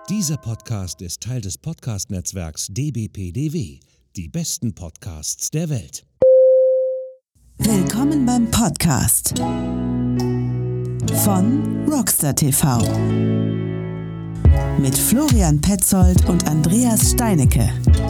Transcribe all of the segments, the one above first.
Dieser Podcast ist Teil des Podcast-Netzwerks dbpdw, die besten Podcasts der Welt. Willkommen beim Podcast von Rockstar TV mit Florian Petzold und Andreas Steinecke.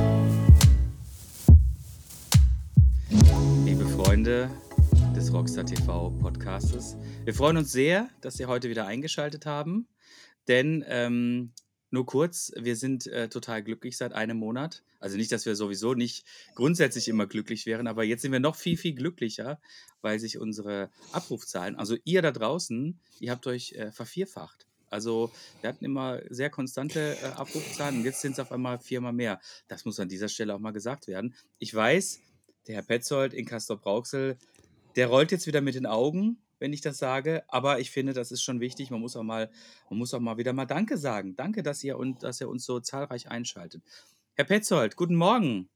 Liebe Freunde des Rockstar TV Podcastes, wir freuen uns sehr, dass Sie heute wieder eingeschaltet haben, denn nur kurz, wir sind total glücklich seit einem Monat. Also nicht, dass wir sowieso nicht grundsätzlich immer glücklich wären, aber jetzt sind wir noch viel, viel glücklicher, weil sich unsere Abrufzahlen, also ihr da draußen, ihr habt euch vervierfacht. Also wir hatten immer sehr konstante Abrufzahlen und jetzt sind es auf einmal 4-mal mehr. Das muss an dieser Stelle auch mal gesagt werden. Ich weiß, der Herr Petzold in Castrop-Rauxel, der rollt jetzt wieder mit den Augen, wenn ich das sage, aber ich finde, das ist schon wichtig. Man muss auch mal wieder mal Danke sagen. Danke, dass ihr uns so zahlreich einschaltet. Herr Petzold, guten Morgen.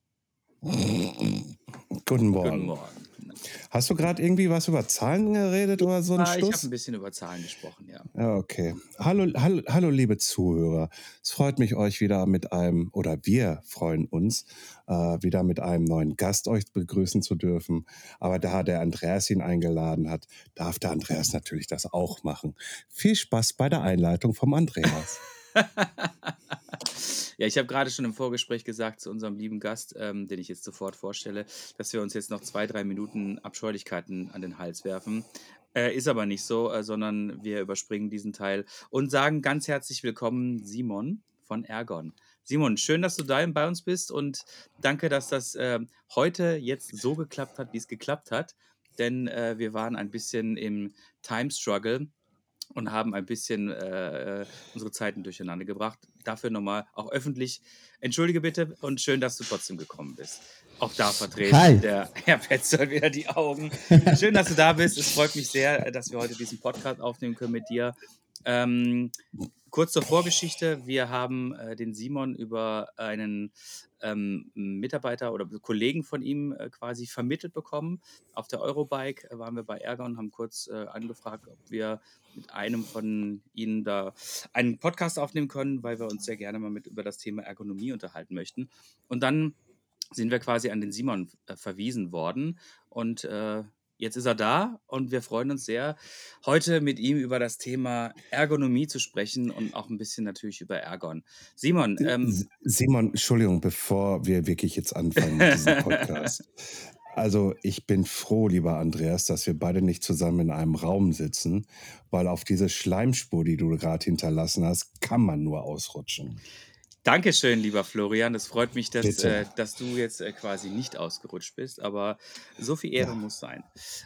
Guten Morgen. Guten Morgen. Hast du gerade irgendwie was über Zahlen geredet oder so ein Ich habe Stuss? ein bisschen über Zahlen gesprochen, ja. Ja, okay. Hallo, liebe Zuhörer. Es freut mich, euch wieder wir freuen uns, wieder mit einem neuen Gast euch begrüßen zu dürfen. Aber da der Andreas ihn eingeladen hat, darf der Andreas natürlich das auch machen. Viel Spaß bei der Einleitung vom Andreas. Ja, ich habe gerade schon im Vorgespräch gesagt zu unserem lieben Gast, den ich jetzt sofort vorstelle, dass wir uns jetzt noch 2-3 Minuten Abscheulichkeiten an den Hals werfen. Ist aber nicht so, sondern wir überspringen diesen Teil und sagen ganz herzlich willkommen, Simon von Ergon. Simon, schön, dass du bei uns bist und danke, dass das heute jetzt so geklappt hat, wie es geklappt hat. Denn wir waren ein bisschen im Time-Struggle und haben ein bisschen unsere Zeiten durcheinander gebracht. Dafür nochmal auch öffentlich entschuldige bitte und schön, dass du trotzdem gekommen bist. Auch da verdreht der Herr Petzold wieder die Augen. Schön, dass du da bist. Es freut mich sehr, dass wir heute diesen Podcast aufnehmen können mit dir. Kurz zur Vorgeschichte. Wir haben den Simon über einen Mitarbeiter oder Kollegen von ihm quasi vermittelt bekommen. Auf der Eurobike waren wir bei Ergon und haben kurz angefragt, ob wir mit einem von Ihnen da einen Podcast aufnehmen können, weil wir uns sehr gerne mal über das Thema Ergonomie unterhalten möchten. Und dann sind wir quasi an den Simon verwiesen worden und jetzt ist er da und wir freuen uns sehr, heute mit ihm über das Thema Ergonomie zu sprechen und auch ein bisschen natürlich über Ergon. Simon, Simon, Entschuldigung, bevor wir wirklich jetzt anfangen mit diesem Podcast. Also ich bin froh, lieber Andreas, dass wir beide nicht zusammen in einem Raum sitzen, weil auf diese Schleimspur, die du gerade hinterlassen hast, kann man nur ausrutschen. Dankeschön, lieber Florian. Das freut mich, dass Bitte. du jetzt quasi nicht ausgerutscht bist, aber so viel Ehre Ja. muss sein.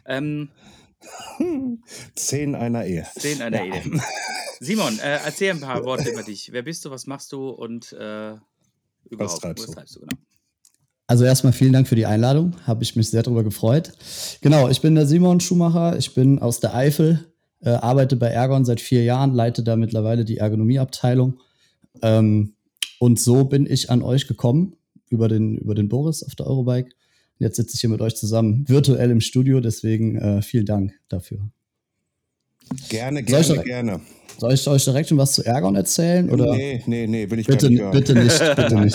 10 einer Ehe. 10 einer Ja. Ehe. Simon, erzähl ein paar Worte über dich. Wer bist du, was machst du und überhaupt, Was treibst du? Genau. Also erstmal vielen Dank für die Einladung, habe ich mich sehr darüber gefreut. Genau, ich bin der Simon Schumacher, ich bin aus der Eifel, arbeite bei Ergon seit 4 Jahren, leite da mittlerweile die Ergonomieabteilung. Und so bin ich an euch gekommen, über den Boris auf der Eurobike. Jetzt sitze ich hier mit euch zusammen, virtuell im Studio, deswegen vielen Dank dafür. Gerne. Soll ich euch direkt schon was zu Ergon erzählen? Oder? Nee, will ich Bitte, gar nicht hören. bitte nicht.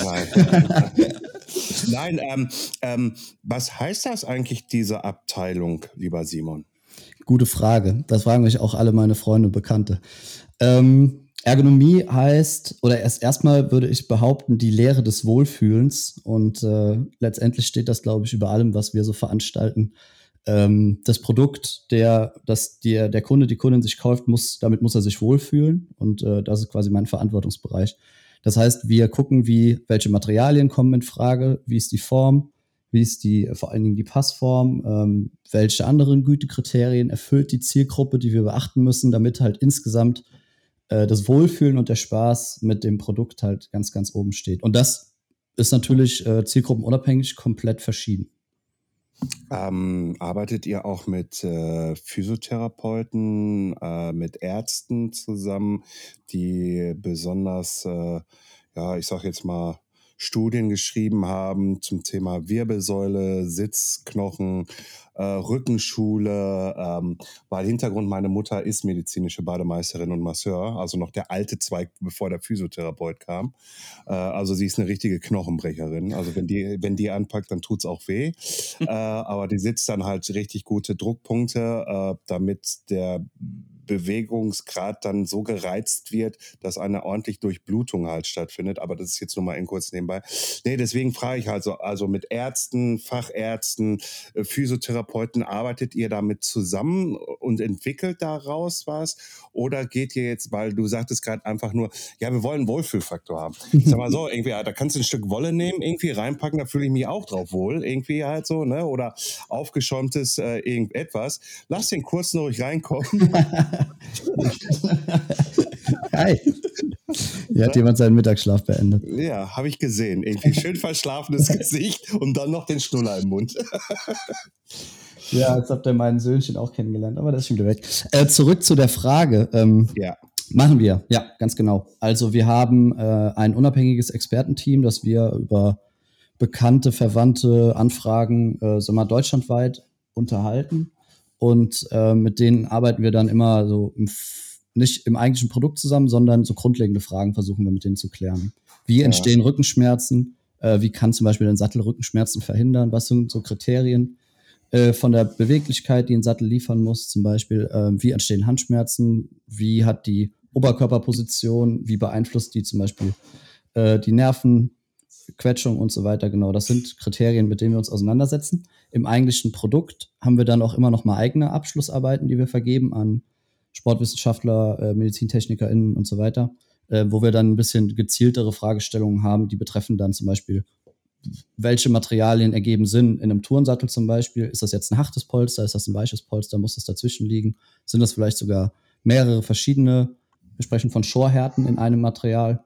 Nein, was heißt das eigentlich, diese Abteilung, lieber Simon? Gute Frage. Das fragen mich auch alle meine Freunde und Bekannte. Ergonomie heißt, oder erstmal würde ich behaupten, die Lehre des Wohlfühlens. Und letztendlich steht das, glaube ich, über allem, was wir so veranstalten. Das Produkt, der Kunde, die Kundin sich kauft, damit muss er sich wohlfühlen. Und das ist quasi mein Verantwortungsbereich. Das heißt, wir gucken, welche Materialien kommen in Frage, wie ist die Form, wie ist vor allen Dingen die Passform, welche anderen Gütekriterien erfüllt die Zielgruppe, die wir beachten müssen, damit halt insgesamt das Wohlfühlen und der Spaß mit dem Produkt halt ganz, ganz oben steht. Und das ist natürlich zielgruppenunabhängig komplett verschieden. Arbeitet ihr auch mit Physiotherapeuten, mit Ärzten zusammen, die besonders, ich sag jetzt mal, Studien geschrieben haben zum Thema Wirbelsäule, Sitzknochen, Rückenschule, weil Hintergrund, meine Mutter ist medizinische Bademeisterin und Masseur, also noch der alte Zweig, bevor der Physiotherapeut kam. Also sie ist eine richtige Knochenbrecherin. Also wenn die anpackt, dann tut's auch weh. Aber die sitzt dann halt richtig gute Druckpunkte, damit der Bewegungsgrad dann so gereizt wird, dass eine ordentlich Durchblutung halt stattfindet. Aber das ist jetzt nur mal kurz nebenbei. Nee, deswegen frage ich also mit Ärzten, Fachärzten, Physiotherapeuten, arbeitet ihr damit zusammen und entwickelt daraus was? Oder geht ihr jetzt, weil du sagtest gerade einfach nur, ja, wir wollen einen Wohlfühlfaktor haben. Ich sag mal so, irgendwie, da kannst du ein Stück Wolle nehmen, irgendwie reinpacken, da fühle ich mich auch drauf wohl, irgendwie halt so, ne? Oder aufgeschäumtes irgendetwas. Lass den kurz noch ruhig reinkommen. Hi. Hier hat jemand seinen Mittagsschlaf beendet. Ja, habe ich gesehen. Irgendwie schön verschlafenes Gesicht und dann noch den Schnuller im Mund. Ja, jetzt habt ihr meinen Söhnchen auch kennengelernt, aber das ist schon wieder weg. Zurück zu der Frage. Ja. Machen wir, ja, ganz genau. Also wir haben ein unabhängiges Expertenteam, das wir über bekannte, verwandte Anfragen, deutschlandweit unterhalten. Und mit denen arbeiten wir dann immer so nicht im eigentlichen Produkt zusammen, sondern so grundlegende Fragen versuchen wir mit denen zu klären. Wie entstehen Rückenschmerzen? Wie kann zum Beispiel ein Sattel Rückenschmerzen verhindern? Was sind so Kriterien von der Beweglichkeit, die ein Sattel liefern muss? Zum Beispiel, wie entstehen Handschmerzen? Wie hat die Oberkörperposition? Wie beeinflusst die zum Beispiel die Nervenquetschung und so weiter? Genau, das sind Kriterien, mit denen wir uns auseinandersetzen. Im eigentlichen Produkt haben wir dann auch immer noch mal eigene Abschlussarbeiten, die wir vergeben an Sportwissenschaftler, MedizintechnikerInnen und so weiter, wo wir dann ein bisschen gezieltere Fragestellungen haben, die betreffen dann zum Beispiel, welche Materialien ergeben Sinn in einem Turnsattel zum Beispiel. Ist das jetzt ein hartes Polster? Ist das ein weiches Polster? Muss das dazwischen liegen? Sind das vielleicht sogar mehrere verschiedene? Wir sprechen von Schorhärten in einem Material.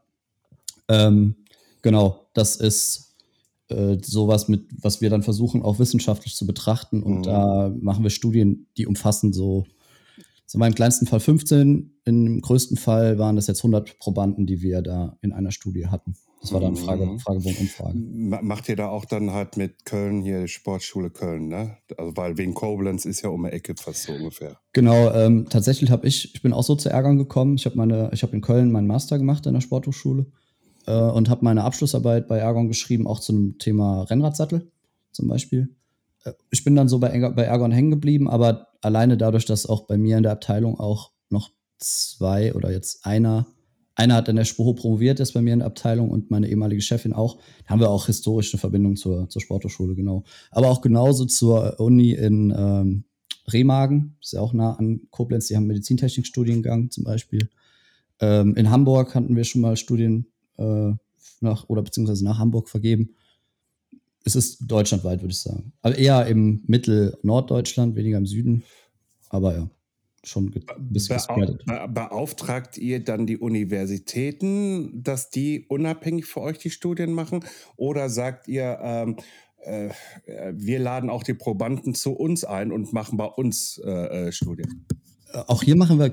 Genau, das ist sowas, was wir dann versuchen, auch wissenschaftlich zu betrachten. Und da machen wir Studien, die umfassen so im kleinsten Fall 15, im größten Fall waren das jetzt 100 Probanden, die wir da in einer Studie hatten. Das war dann Fragebogen-Umfrage. Macht ihr da auch dann halt mit Köln hier, Sportschule Köln, ne? Also weil wegen Koblenz ist ja um die Ecke fast so ungefähr. Genau, tatsächlich ich bin auch so zu Ärgern gekommen. Ich habe in Köln meinen Master gemacht in der Sporthochschule und habe meine Abschlussarbeit bei Ergon geschrieben, auch zum Thema Rennradsattel zum Beispiel. Ich bin dann so bei Ergon hängen geblieben, aber alleine dadurch, dass auch bei mir in der Abteilung auch noch 2 oder jetzt einer hat in der Spoho promoviert, ist bei mir in der Abteilung und meine ehemalige Chefin auch, haben wir auch historische Verbindung zur Sporthochschule, genau. Aber auch genauso zur Uni in Remagen, ist ja auch nah an Koblenz, die haben Medizintechnikstudiengang zum Beispiel. In Hamburg hatten wir schon mal Studien beziehungsweise nach Hamburg vergeben. Es ist deutschlandweit, würde ich sagen. Also eher im Mittel-Norddeutschland, weniger im Süden. Aber ja, schon ein bisschen gespreadet. Beauftragt ihr dann die Universitäten, dass die unabhängig für euch die Studien machen? Oder sagt ihr, wir laden auch die Probanden zu uns ein und machen bei uns Studien? Auch hier machen wir,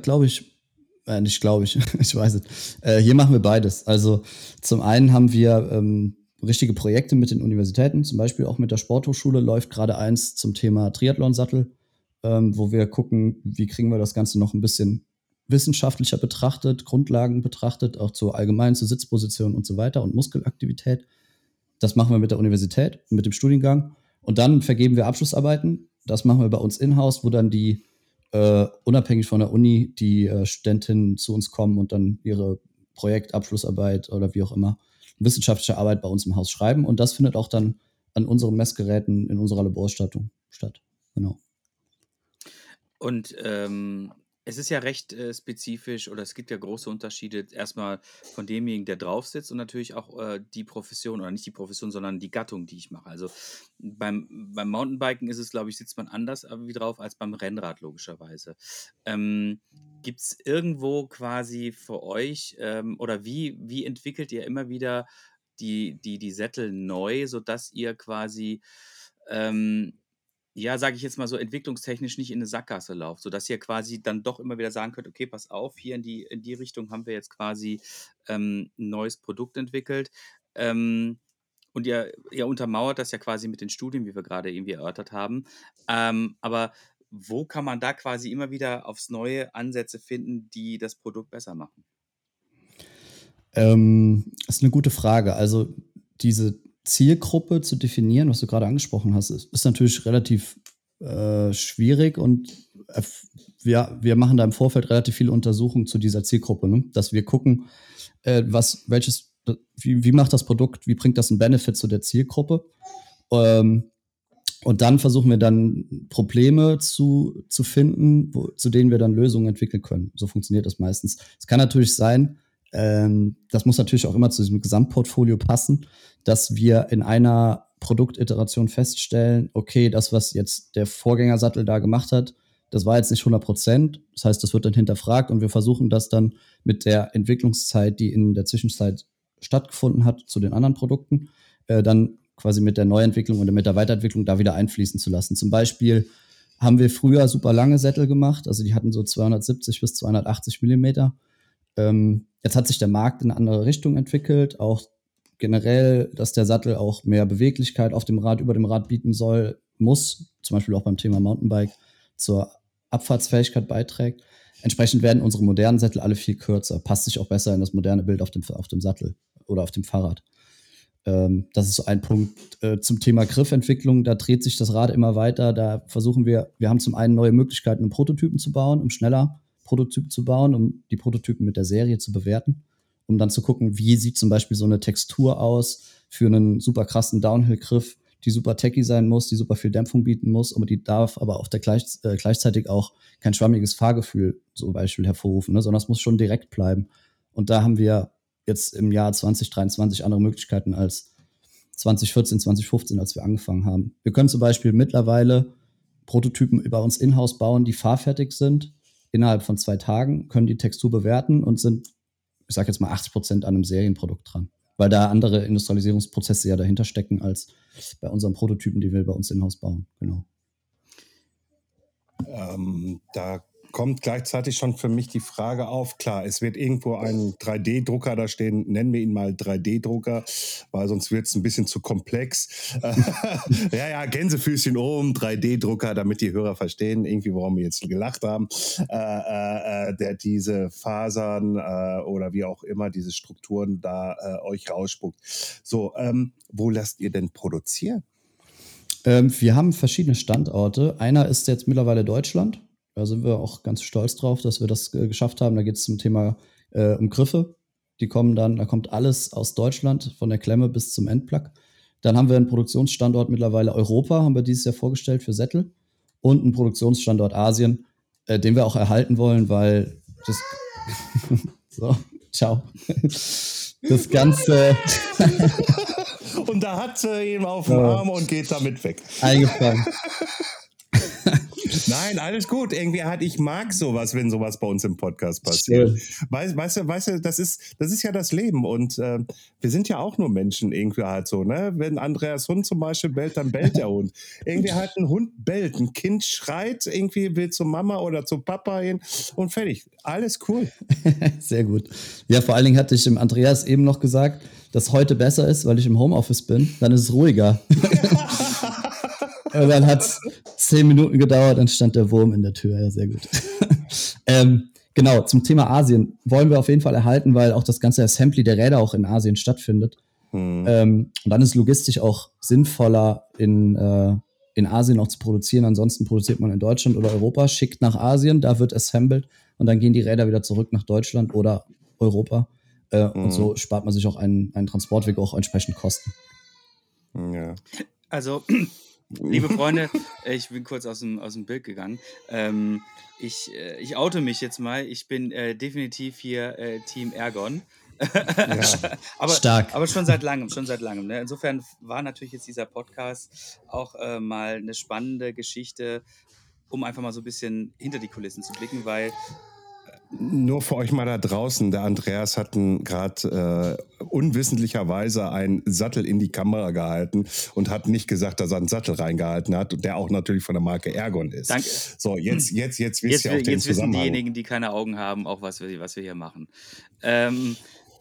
ich weiß es. Hier machen wir beides. Also zum einen haben wir richtige Projekte mit den Universitäten, zum Beispiel auch mit der Sporthochschule läuft gerade eins zum Thema Triathlonsattel, wo wir gucken, wie kriegen wir das Ganze noch ein bisschen wissenschaftlicher betrachtet, Grundlagen betrachtet, auch zur Sitzposition und so weiter und Muskelaktivität. Das machen wir mit der Universität, mit dem Studiengang. Und dann vergeben wir Abschlussarbeiten. Das machen wir bei uns in-house, wo dann die unabhängig von der Uni die Studentinnen zu uns kommen und dann ihre Projektabschlussarbeit oder wie auch immer wissenschaftliche Arbeit bei uns im Haus schreiben. Und das findet auch dann an unseren Messgeräten in unserer Laborausstattung statt. Genau. Und es ist ja recht spezifisch oder es gibt ja große Unterschiede erstmal von demjenigen, der drauf sitzt und natürlich auch die Profession oder nicht die Profession, sondern die Gattung, die ich mache. Also beim Mountainbiken ist es, glaube ich, sitzt man anders wie drauf als beim Rennrad logischerweise. Gibt es irgendwo quasi für euch oder wie entwickelt ihr immer wieder die Sättel neu, sodass ihr quasi ja, sage ich jetzt mal so, entwicklungstechnisch nicht in eine Sackgasse lauft, sodass ihr quasi dann doch immer wieder sagen könnt, okay, pass auf, hier in die Richtung haben wir jetzt quasi ein neues Produkt entwickelt. Und ihr untermauert das ja quasi mit den Studien, wie wir gerade irgendwie erörtert haben. Aber wo kann man da quasi immer wieder aufs Neue Ansätze finden, die das Produkt besser machen? Das ist eine gute Frage. Also diese Zielgruppe zu definieren, was du gerade angesprochen hast, ist natürlich relativ schwierig und wir machen da im Vorfeld relativ viele Untersuchungen zu dieser Zielgruppe, ne? Dass wir gucken, wie macht das Produkt, wie bringt das einen Benefit zu der Zielgruppe? Und dann versuchen wir dann Probleme zu finden, zu denen wir dann Lösungen entwickeln können. So funktioniert das meistens. Es kann natürlich sein, das muss natürlich auch immer zu diesem Gesamtportfolio passen, dass wir in einer Produktiteration feststellen, okay, das, was jetzt der Vorgängersattel da gemacht hat, das war jetzt nicht 100%. Das heißt, das wird dann hinterfragt und wir versuchen das dann mit der Entwicklungszeit, die in der Zwischenzeit stattgefunden hat, zu den anderen Produkten, dann quasi mit der Neuentwicklung oder mit der Weiterentwicklung da wieder einfließen zu lassen. Zum Beispiel haben wir früher super lange Sättel gemacht, also die hatten so 270 bis 280 Millimeter. Jetzt hat sich der Markt in eine andere Richtung entwickelt, auch generell, dass der Sattel auch mehr Beweglichkeit auf dem Rad, über dem Rad bieten muss, zum Beispiel auch beim Thema Mountainbike, zur Abfahrtsfähigkeit beiträgt. Entsprechend werden unsere modernen Sättel alle viel kürzer, passt sich auch besser in das moderne Bild auf dem Sattel oder auf dem Fahrrad. Das ist so ein Punkt. Zum Thema Griffentwicklung, da dreht sich das Rad immer weiter. Da versuchen wir haben zum einen neue Möglichkeiten, um Prototypen zu bauen, um schneller Prototypen zu bauen, um die Prototypen mit der Serie zu bewerten, um dann zu gucken, wie sieht zum Beispiel so eine Textur aus für einen super krassen Downhill-Griff, die super techy sein muss, die super viel Dämpfung bieten muss, aber die darf aber auf der gleichzeitig auch kein schwammiges Fahrgefühl zum Beispiel hervorrufen, ne, sondern es muss schon direkt bleiben. Und da haben wir jetzt im Jahr 2023 andere Möglichkeiten als 2014, 2015, als wir angefangen haben. Wir können zum Beispiel mittlerweile Prototypen über uns in-house bauen, die fahrfertig sind, innerhalb von 2 Tagen, können die Textur bewerten und sind, ich sage jetzt mal 80% an einem Serienprodukt dran. Weil da andere Industrialisierungsprozesse ja dahinter stecken als bei unseren Prototypen, die wir bei uns in-house bauen. Genau. Da kommt gleichzeitig schon für mich die Frage auf, klar, es wird irgendwo ein 3D-Drucker da stehen, nennen wir ihn mal 3D-Drucker, weil sonst wird es ein bisschen zu komplex. Ja, Gänsefüßchen oben, 3D-Drucker, damit die Hörer verstehen, irgendwie, warum wir jetzt gelacht haben, der diese Fasern oder wie auch immer, diese Strukturen da euch rausspuckt. So, wo lasst ihr denn produzieren? Wir haben verschiedene Standorte. Einer ist jetzt mittlerweile Deutschland. Da sind wir auch ganz stolz drauf, dass wir das geschafft haben. Da geht es zum Thema um Griffe. Da kommt alles aus Deutschland, von der Klemme bis zum Endplug. Dann haben wir einen Produktionsstandort mittlerweile Europa, haben wir dieses Jahr vorgestellt für Sättel. Und einen Produktionsstandort Asien, den wir auch erhalten wollen, weil das... So, ciao. Das Ganze... Und da hat sie ihn auf dem Arm und geht damit weg. Eingefangen. Nein, alles gut. Irgendwie ich mag sowas, wenn sowas bei uns im Podcast passiert. Weißt du, das ist ja das Leben. Und wir sind ja auch nur Menschen irgendwie halt so, ne? Wenn Andreas Hund zum Beispiel bellt, dann bellt der Hund. Irgendwie halt ein Hund bellt, ein Kind schreit, irgendwie will zu Mama oder zu Papa hin und fertig. Alles cool. Sehr gut. Ja, vor allen Dingen hatte ich dem Andreas eben noch gesagt, dass heute besser ist, weil ich im Homeoffice bin. Dann ist es ruhiger. Und dann hat es 10 Minuten gedauert, dann stand der Wurm in der Tür. Ja, sehr gut. Genau, zum Thema Asien wollen wir auf jeden Fall erhalten, weil auch das ganze Assembly der Räder auch in Asien stattfindet. Und dann ist logistisch auch sinnvoller, in Asien auch zu produzieren. Ansonsten produziert man in Deutschland oder Europa, schickt nach Asien, da wird assembled und dann gehen die Räder wieder zurück nach Deutschland oder Europa. Und so spart man sich auch einen Transportweg, auch entsprechend Kosten. Ja. Also, liebe Freunde, ich bin kurz aus dem Bild gegangen. Ich oute mich jetzt mal. Ich bin definitiv hier Team Ergon. Ja. Stark. Aber schon seit langem. Ne? Insofern war natürlich jetzt dieser Podcast auch mal eine spannende Geschichte, um einfach mal so ein bisschen hinter die Kulissen zu blicken, weil nur für euch mal da draußen, der Andreas hat gerade unwissentlicherweise einen Sattel in die Kamera gehalten und hat nicht gesagt, dass er einen Sattel reingehalten hat und der auch natürlich von der Marke Ergon ist. Danke. So, jetzt wisst ihr auch den jetzt wissen Zusammenhang. diejenigen, die keine Augen haben, auch was wir hier machen.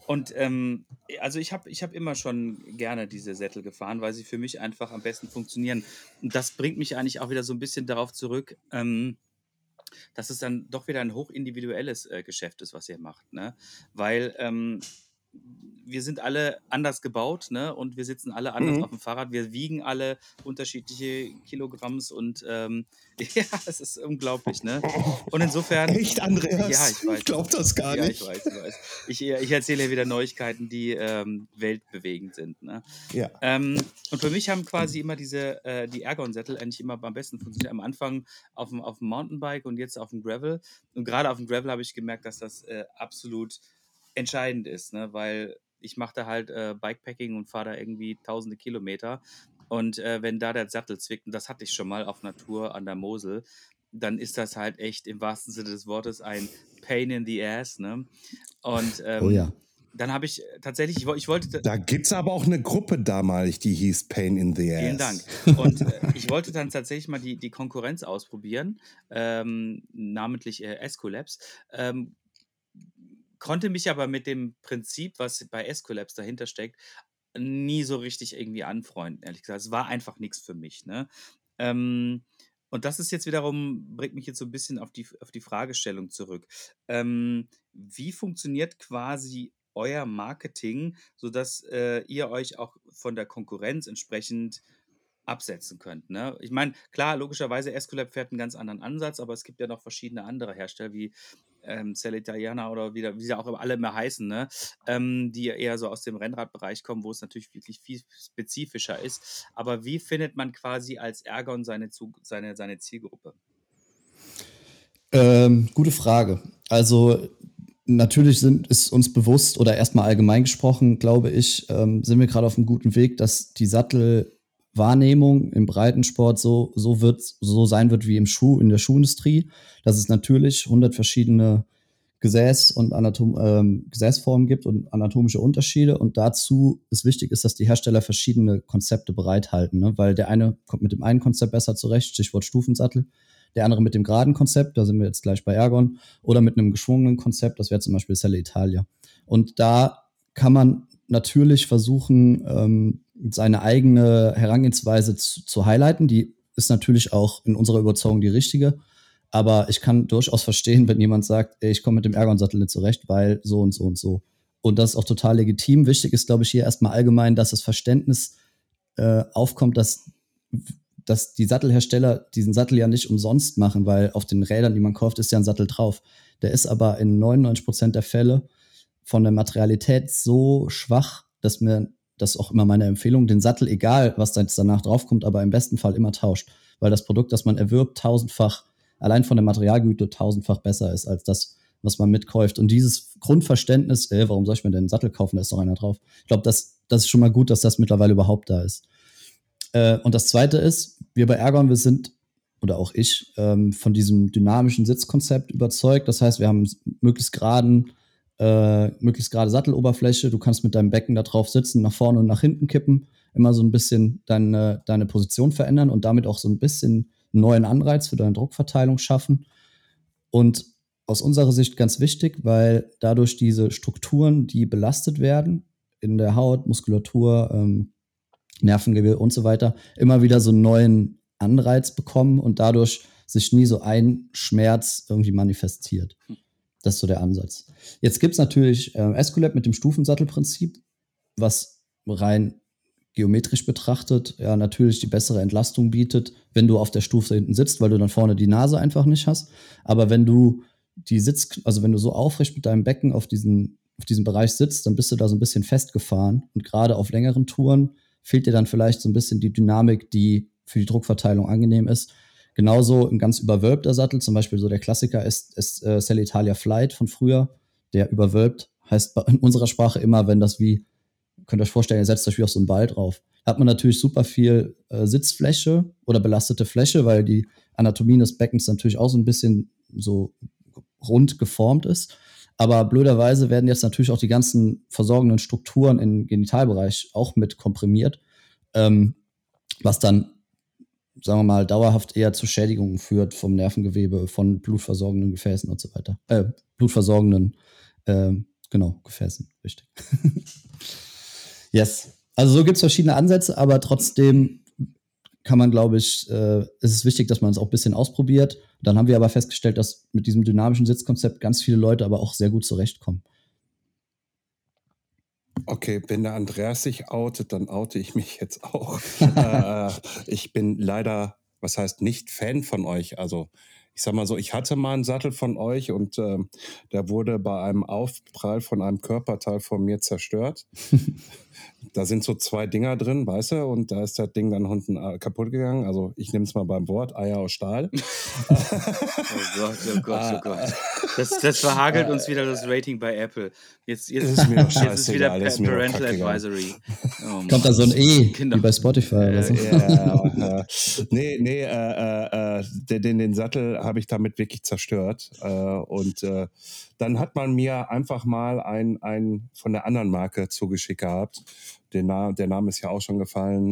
Und also ich hab immer schon gerne diese Sättel gefahren, weil sie für mich einfach am besten funktionieren. Und das bringt mich eigentlich auch wieder so ein bisschen darauf zurück, dass es dann doch wieder ein hochindividuelles Geschäft ist, was ihr macht, ne? Weil wir sind alle anders gebaut, ne? Und wir sitzen alle anders auf Mhm. dem Fahrrad. Wir wiegen alle unterschiedliche Kilogramms und ja, es ist unglaublich, ne? Und insofern, Echt, ja, Andreas? ich Ich weiß. glaub das gar Ja, ich nicht. weiß, ich weiß. Ich erzähle hier wieder Neuigkeiten, die weltbewegend sind, ne? Ja. Und für mich haben quasi immer die Ergon-Sättel eigentlich immer am besten funktioniert. Am Anfang auf dem Mountainbike und jetzt auf dem Gravel. Und gerade auf dem Gravel habe ich gemerkt, dass das absolut entscheidend ist, ne? Weil ich mache da halt Bikepacking und fahre da irgendwie tausende Kilometer. Und wenn da der Sattel zwickt, und das hatte ich schon mal auf einer Tour an der Mosel, dann ist das halt echt im wahrsten Sinne des Wortes ein Pain in the Ass, ne? Und Oh ja. dann habe ich tatsächlich, ich wollte, Da gibt's aber auch eine Gruppe damalig, die hieß Pain in the vielen Dank. Ass. Und ich wollte dann tatsächlich mal die Konkurrenz ausprobieren, namentlich Escolabs. Konnte mich aber mit dem Prinzip, was bei Escolabs dahinter steckt, nie so richtig irgendwie anfreunden, ehrlich gesagt. Es war einfach nichts für mich, ne? Ähm, und das ist jetzt wiederum, bringt mich jetzt so ein bisschen auf die Fragestellung zurück. Wie funktioniert quasi euer Marketing, sodass ihr euch auch von der Konkurrenz entsprechend absetzen könnt, ne? Ich meine, klar, logischerweise, Escolab fährt einen ganz anderen Ansatz, aber es gibt ja noch verschiedene andere Hersteller wie Selle Italiana oder wie sie auch immer alle mehr heißen, ne? Die ja eher so aus dem Rennradbereich kommen, wo es natürlich wirklich viel spezifischer ist. Aber wie findet man quasi als Ergon seine Zielgruppe? Gute Frage. Also natürlich ist uns bewusst oder erstmal allgemein gesprochen, glaube ich, sind wir gerade auf einem guten Weg, dass die Sattelwahrnehmung im Breitensport so sein wird wie in der Schuhindustrie, dass es natürlich 100 verschiedene Gesäß- und Gesäßformen gibt und anatomische Unterschiede. Und dazu ist wichtig, dass die Hersteller verschiedene Konzepte bereithalten, ne? Weil der eine kommt mit dem einen Konzept besser zurecht, Stichwort Stufensattel, der andere mit dem geraden Konzept, da sind wir jetzt gleich bei Ergon, oder mit einem geschwungenen Konzept, das wäre zum Beispiel Selle Italia. Und da kann man natürlich versuchen, seine eigene Herangehensweise zu highlighten. Die ist natürlich auch in unserer Überzeugung die richtige. Aber ich kann durchaus verstehen, wenn jemand sagt, ey, ich komme mit dem Ergon-Sattel nicht zurecht, weil so und so und so. Und das ist auch total legitim. Wichtig ist, glaube ich, hier erstmal allgemein, dass das Verständnis aufkommt, dass die Sattelhersteller diesen Sattel ja nicht umsonst machen, weil auf den Rädern, die man kauft, ist ja ein Sattel drauf. Der ist aber in 99% der Fälle von der Materialität so schwach, dass mir das ist auch immer meine Empfehlung, den Sattel, egal was da jetzt danach draufkommt, aber im besten Fall immer tauscht. Weil das Produkt, das man erwirbt, allein von der Materialgüte tausendfach besser ist als das, was man mitkäuft. Und dieses Grundverständnis, warum soll ich mir denn einen Sattel kaufen, da ist doch einer drauf. Ich glaube, das ist schon mal gut, dass das mittlerweile überhaupt da ist. Und das Zweite ist, wir bei Ergon, wir sind, oder auch ich, von diesem dynamischen Sitzkonzept überzeugt. Das heißt, wir haben möglichst gerade Satteloberfläche. Du kannst mit deinem Becken da drauf sitzen, nach vorne und nach hinten kippen, immer so ein bisschen deine Position verändern und damit auch so ein bisschen einen neuen Anreiz für deine Druckverteilung schaffen. Und aus unserer Sicht ganz wichtig, weil dadurch diese Strukturen, die belastet werden, in der Haut, Muskulatur, Nervengewebe und so weiter, immer wieder so einen neuen Anreiz bekommen und dadurch sich nie so ein Schmerz irgendwie manifestiert. Das ist so der Ansatz. Jetzt gibt es natürlich Escolab mit dem Stufensattelprinzip, was rein geometrisch betrachtet ja natürlich die bessere Entlastung bietet, wenn du auf der Stufe hinten sitzt, weil du dann vorne die Nase einfach nicht hast. Aber wenn du wenn du so aufrecht mit deinem Becken auf diesem Bereich sitzt, dann bist du da so ein bisschen festgefahren. Und gerade auf längeren Touren fehlt dir dann vielleicht so ein bisschen die Dynamik, die für die Druckverteilung angenehm ist. Genauso ein ganz überwölbter Sattel, zum Beispiel so der Klassiker ist Selle Italia Flight von früher, der überwölbt, heißt in unserer Sprache immer, wenn das könnt ihr euch vorstellen, ihr setzt euch wie auf so einen Ball drauf. Da hat man natürlich super viel Sitzfläche oder belastete Fläche, weil die Anatomie des Beckens natürlich auch so ein bisschen so rund geformt ist. Aber blöderweise werden jetzt natürlich auch die ganzen versorgenden Strukturen im Genitalbereich auch mit komprimiert, was dann, sagen wir mal, dauerhaft eher zu Schädigungen führt vom Nervengewebe, von blutversorgenden Gefäßen und so weiter. Blutversorgenden Genau, Gefäßen, richtig. Yes. Also so gibt es verschiedene Ansätze, aber trotzdem kann man, glaube ich, ist es wichtig, dass man es auch ein bisschen ausprobiert. Dann haben wir aber festgestellt, dass mit diesem dynamischen Sitzkonzept ganz viele Leute aber auch sehr gut zurechtkommen. Okay, wenn der Andreas sich outet, dann oute ich mich jetzt auch. Ich bin leider, was heißt nicht Fan von euch. Also ich sag mal so, ich hatte mal einen Sattel von euch und der wurde bei einem Aufprall von einem Körperteil von mir zerstört. Da sind so 2 Dinger drin, weißt du, und da ist das Ding dann unten kaputt gegangen. Also ich nehme es mal beim Wort, Eier aus Stahl. Oh Gott, oh Gott, oh Gott. Das verhagelt uns wieder das Rating bei Apple. Jetzt ist mir doch ist wieder scheißegal, ist mir doch Parental kackegal. Advisory. Oh Kommt da so ein Genau. wie bei Spotify oder so. Den Sattel habe ich damit wirklich zerstört. Und dann hat man mir einfach mal einen von der anderen Marke zugeschickt gehabt. Der Name ist ja auch schon gefallen.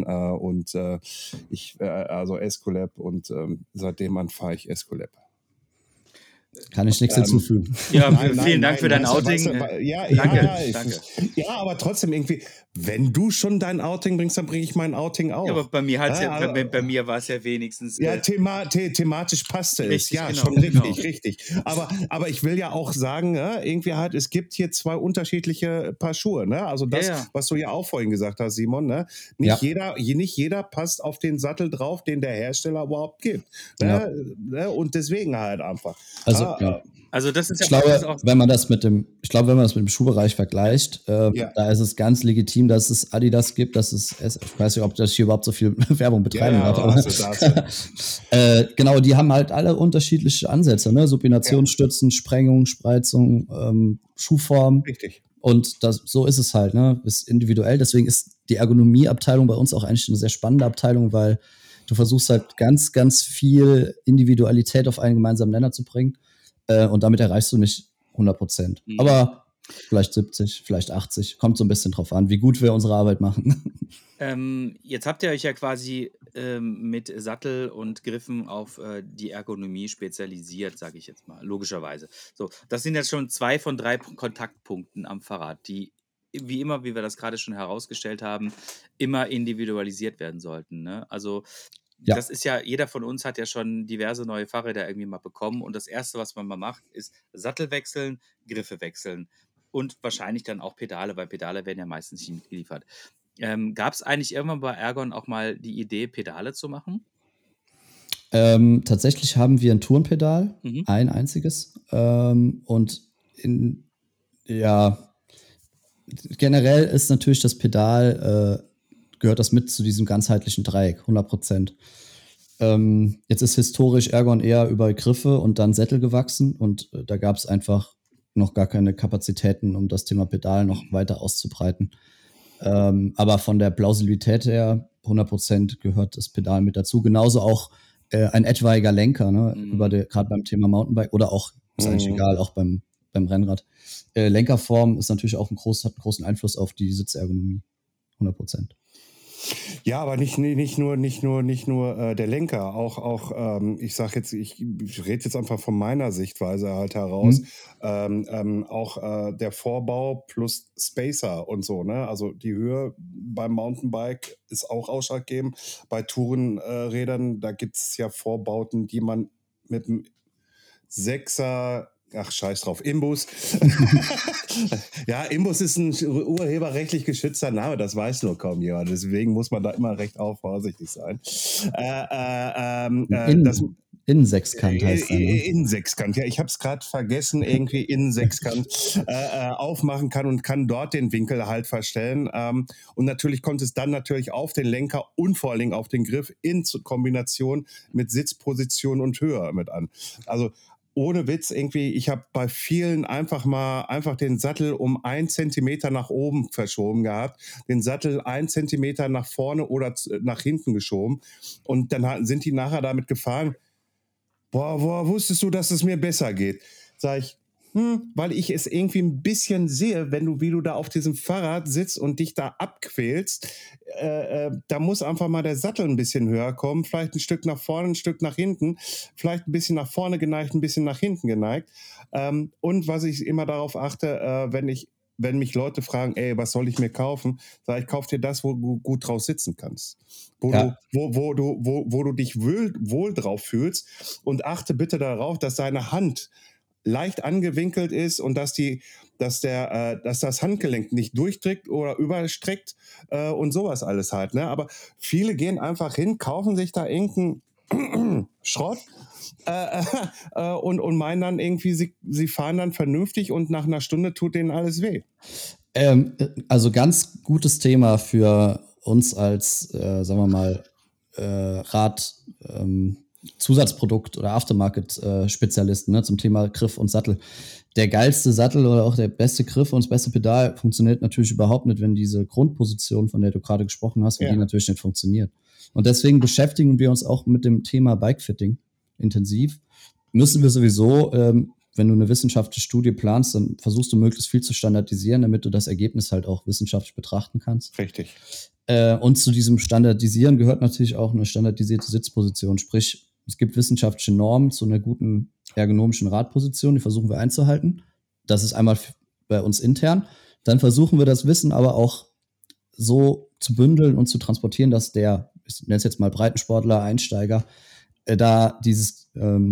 Also Escolab, und seitdem fahre ich Escolab. Kann ich nichts hinzufügen. Ja, vielen Dank für dein Outing. Danke. Danke. Ja, aber trotzdem irgendwie, wenn du schon dein Outing bringst, dann bringe ich mein Outing auch. Ja, aber bei mir bei mir war es ja wenigstens. Ja, thematisch passte es. Richtig, Ja, genau, schon richtig, genau. richtig. Aber ich will ja auch sagen, irgendwie halt, es gibt hier 2 unterschiedliche Paar Schuhe. Ne? Also das, Ja. was du ja auch vorhin gesagt hast, Simon. Ne? Nicht jeder passt auf den Sattel drauf, den der Hersteller überhaupt gibt. Ne? Und deswegen halt einfach. Also das ist ich glaube, wenn man das mit dem Schuhbereich vergleicht, da ist es ganz legitim, dass es Adidas gibt, dass es, ich weiß nicht, ob das hier überhaupt so viel Werbung betreiben darf, aber genau, die haben halt alle unterschiedliche Ansätze, ne? Supinationsstützen, Sprengung, Spreizung, Schuhform. Richtig. Und so ist es halt, ne? Ist individuell. Deswegen ist die Ergonomieabteilung bei uns auch eigentlich eine sehr spannende Abteilung, weil du versuchst halt ganz, ganz viel Individualität auf einen gemeinsamen Nenner zu bringen. Und damit erreichst du nicht 100%. Aber vielleicht 70, vielleicht 80. Kommt so ein bisschen drauf an, wie gut wir unsere Arbeit machen. Jetzt habt ihr euch ja quasi mit Sattel und Griffen auf die Ergonomie spezialisiert, sage ich jetzt mal, logischerweise. So, das sind jetzt schon 2 von 3 Kontaktpunkten am Fahrrad, die wie immer, wie wir das gerade schon herausgestellt haben, immer individualisiert werden sollten. Ne? Also das ist ja, jeder von uns hat ja schon diverse neue Fahrräder irgendwie mal bekommen, und das Erste, was man mal macht, ist Sattel wechseln, Griffe wechseln und wahrscheinlich dann auch Pedale, weil Pedale werden ja meistens nicht mitgeliefert. Gab es eigentlich irgendwann bei Ergon auch mal die Idee, Pedale zu machen? Tatsächlich haben wir ein Tourenpedal, ein einziges. Und generell ist natürlich das Pedal, gehört das mit zu diesem ganzheitlichen Dreieck, 100%. Jetzt ist historisch Ergon eher über Griffe und dann Sättel gewachsen, und da gab es einfach noch gar keine Kapazitäten, um das Thema Pedal noch weiter auszubreiten. Aber von der Plausibilität her 100% gehört das Pedal mit dazu. Genauso auch ein etwaiger Lenker, ne? Gerade beim Thema Mountainbike oder auch, ist eigentlich egal, auch beim Rennrad. Lenkerform ist natürlich auch hat einen großen Einfluss auf die Sitzergonomie. 100%. Ja, aber nicht nur der Lenker, auch ich sag jetzt, ich rede jetzt einfach von meiner Sichtweise halt heraus, auch der Vorbau plus Spacer und so, ne? Also die Höhe beim Mountainbike ist auch ausschlaggebend. Bei Tourenrädern, da gibt es ja Vorbauten, die man mit einem 6er, ach scheiß drauf, Imbus. Ja, Imbus ist ein urheberrechtlich geschützter Name, das weiß nur kaum jemand. Deswegen muss man da immer recht vorsichtig sein. Innensechskant heißt das. Innensechskant, ja, ich habe es gerade vergessen, irgendwie Innensechskant aufmachen kann und kann dort den Winkel halt verstellen. Und natürlich kommt es dann natürlich auf den Lenker und vor allen Dingen auf den Griff in Kombination mit Sitzposition und Höhe mit an. Also ohne Witz, irgendwie, ich habe bei vielen einfach den Sattel um 1 Zentimeter nach oben verschoben gehabt, den Sattel 1 Zentimeter nach vorne oder nach hinten geschoben, und dann sind die nachher damit gefahren, woher wusstest du, dass es mir besser geht? Sag ich, weil ich es irgendwie ein bisschen sehe, wie du da auf diesem Fahrrad sitzt und dich da abquälst. Da muss einfach mal der Sattel ein bisschen höher kommen, vielleicht ein Stück nach vorne, ein Stück nach hinten, vielleicht ein bisschen nach vorne geneigt, ein bisschen nach hinten geneigt. Und was ich immer darauf achte, wenn mich Leute fragen, ey, was soll ich mir kaufen, sage ich, kauf dir das, wo du gut drauf sitzen kannst. Wo du dich wohl drauf fühlst, und achte bitte darauf, dass deine Hand leicht angewinkelt ist und dass das Handgelenk nicht durchdrückt oder überstreckt und sowas alles halt. Ne? Aber viele gehen einfach hin, kaufen sich da irgendeinen Schrott und meinen dann irgendwie, sie fahren dann vernünftig und nach einer Stunde tut denen alles weh. Also ganz gutes Thema für uns als, sagen wir mal, Zusatzprodukt- oder Aftermarket-Spezialisten, ne, zum Thema Griff und Sattel. Der geilste Sattel oder auch der beste Griff und das beste Pedal funktioniert natürlich überhaupt nicht, wenn diese Grundposition, von der du gerade gesprochen hast, wenn die natürlich nicht funktioniert. Und deswegen beschäftigen wir uns auch mit dem Thema Bikefitting intensiv. Müssen wir sowieso, wenn du eine wissenschaftliche Studie planst, dann versuchst du möglichst viel zu standardisieren, damit du das Ergebnis halt auch wissenschaftlich betrachten kannst. Richtig. Und zu diesem Standardisieren gehört natürlich auch eine standardisierte Sitzposition. Sprich, es gibt wissenschaftliche Normen zu einer guten ergonomischen Radposition, die versuchen wir einzuhalten. Das ist einmal bei uns intern. Dann versuchen wir das Wissen aber auch so zu bündeln und zu transportieren, dass der, ich nenne es jetzt mal Breitensportler, Einsteiger, da dieses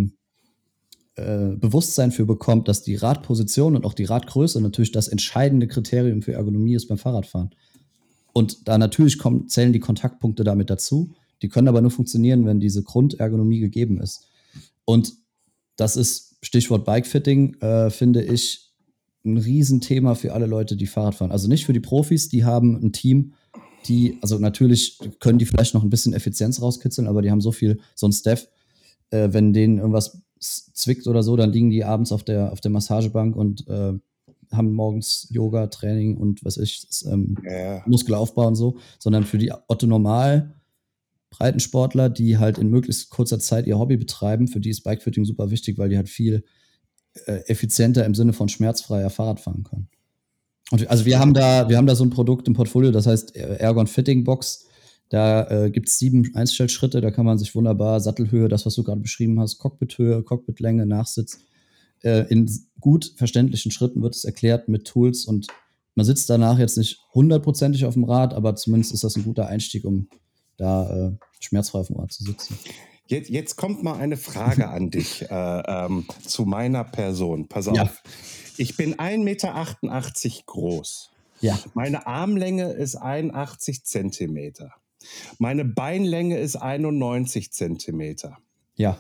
Bewusstsein für bekommt, dass die Radposition und auch die Radgröße natürlich das entscheidende Kriterium für Ergonomie ist beim Fahrradfahren. Und da natürlich zählen die Kontaktpunkte damit dazu. Die können aber nur funktionieren, wenn diese Grundergonomie gegeben ist. Und das ist, Stichwort Bikefitting, finde ich, ein Riesenthema für alle Leute, die Fahrrad fahren. Also nicht für die Profis, die haben ein Team, also natürlich können die vielleicht noch ein bisschen Effizienz rauskitzeln, aber die haben so ein Staff, wenn denen irgendwas zwickt oder so, dann liegen die abends auf der Massagebank und haben morgens Yoga, Training und Muskelaufbau und so, sondern für die Otto-Normal-Breitensportler, die halt in möglichst kurzer Zeit ihr Hobby betreiben, für die ist Bikefitting super wichtig, weil die halt viel effizienter im Sinne von schmerzfreier Fahrrad fahren können. Und also wir haben da so ein Produkt im Portfolio, das heißt Ergon Fitting Box. Da gibt es 7 Einstellschritte, da kann man sich wunderbar Sattelhöhe, das, was du gerade beschrieben hast, Cockpithöhe, Cockpitlänge, Nachsitz, in gut verständlichen Schritten wird es erklärt mit Tools, und man sitzt danach jetzt nicht 100%ig auf dem Rad, aber zumindest ist das ein guter Einstieg, um da schmerzfrei auf dem Rad zu sitzen. Jetzt kommt mal eine Frage an dich zu meiner Person. Pass auf. Ja. Ich bin 1,88 Meter groß. Ja. Meine Armlänge ist 81 Zentimeter. Meine Beinlänge ist 91 Zentimeter. Ja.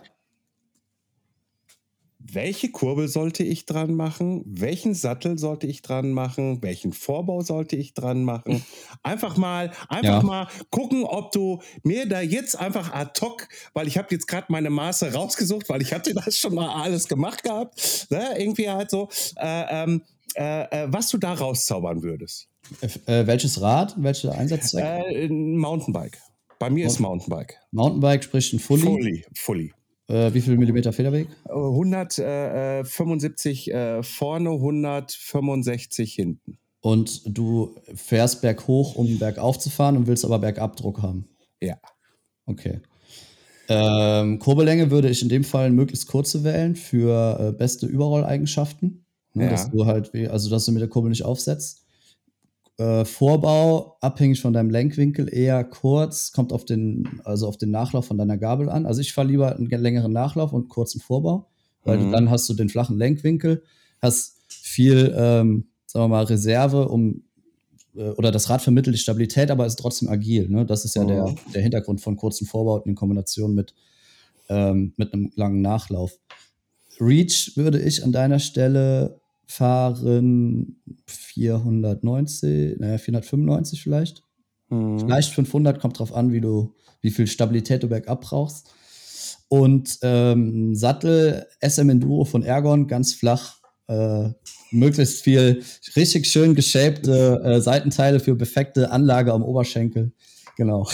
Welche Kurbel sollte ich dran machen? Welchen Sattel sollte ich dran machen? Welchen Vorbau sollte ich dran machen? Einfach mal gucken, ob du mir da jetzt einfach ad hoc, weil ich habe jetzt gerade meine Maße rausgesucht, weil ich hatte das schon mal alles gemacht gehabt, ne? Irgendwie halt so, was du da rauszaubern würdest. Welches Rad? Welcher Einsatzzweck? Mountainbike. Bei mir ist Mountainbike. Mountainbike, sprich ein Fully. Wie viel Millimeter Federweg? 175 vorne, 165 hinten. Und du fährst berghoch, um bergauf zu fahren, und willst aber Bergabdruck haben? Ja. Okay. Kurbellänge würde ich in dem Fall möglichst kurze wählen für beste Überrolleigenschaften. Ne, Ja. dass du mit der Kurbel nicht aufsetzt. Vorbau, abhängig von deinem Lenkwinkel, eher kurz, kommt auf den Nachlauf von deiner Gabel an. Also ich fahre lieber einen längeren Nachlauf und einen kurzen Vorbau, weil dann hast du den flachen Lenkwinkel, hast viel, sagen wir mal, Reserve, oder das Rad vermittelt die Stabilität, aber ist trotzdem agil. Ne? Das ist ja der Hintergrund von kurzen Vorbauten in Kombination mit einem langen Nachlauf. Reach würde ich an deiner Stelle fahren 495 vielleicht. Vielleicht 500, kommt drauf an, wie viel Stabilität du bergab brauchst. Und Sattel SM Enduro von Ergon, ganz flach, möglichst viel richtig schön geshapte Seitenteile für perfekte Anlage am Oberschenkel. Genau.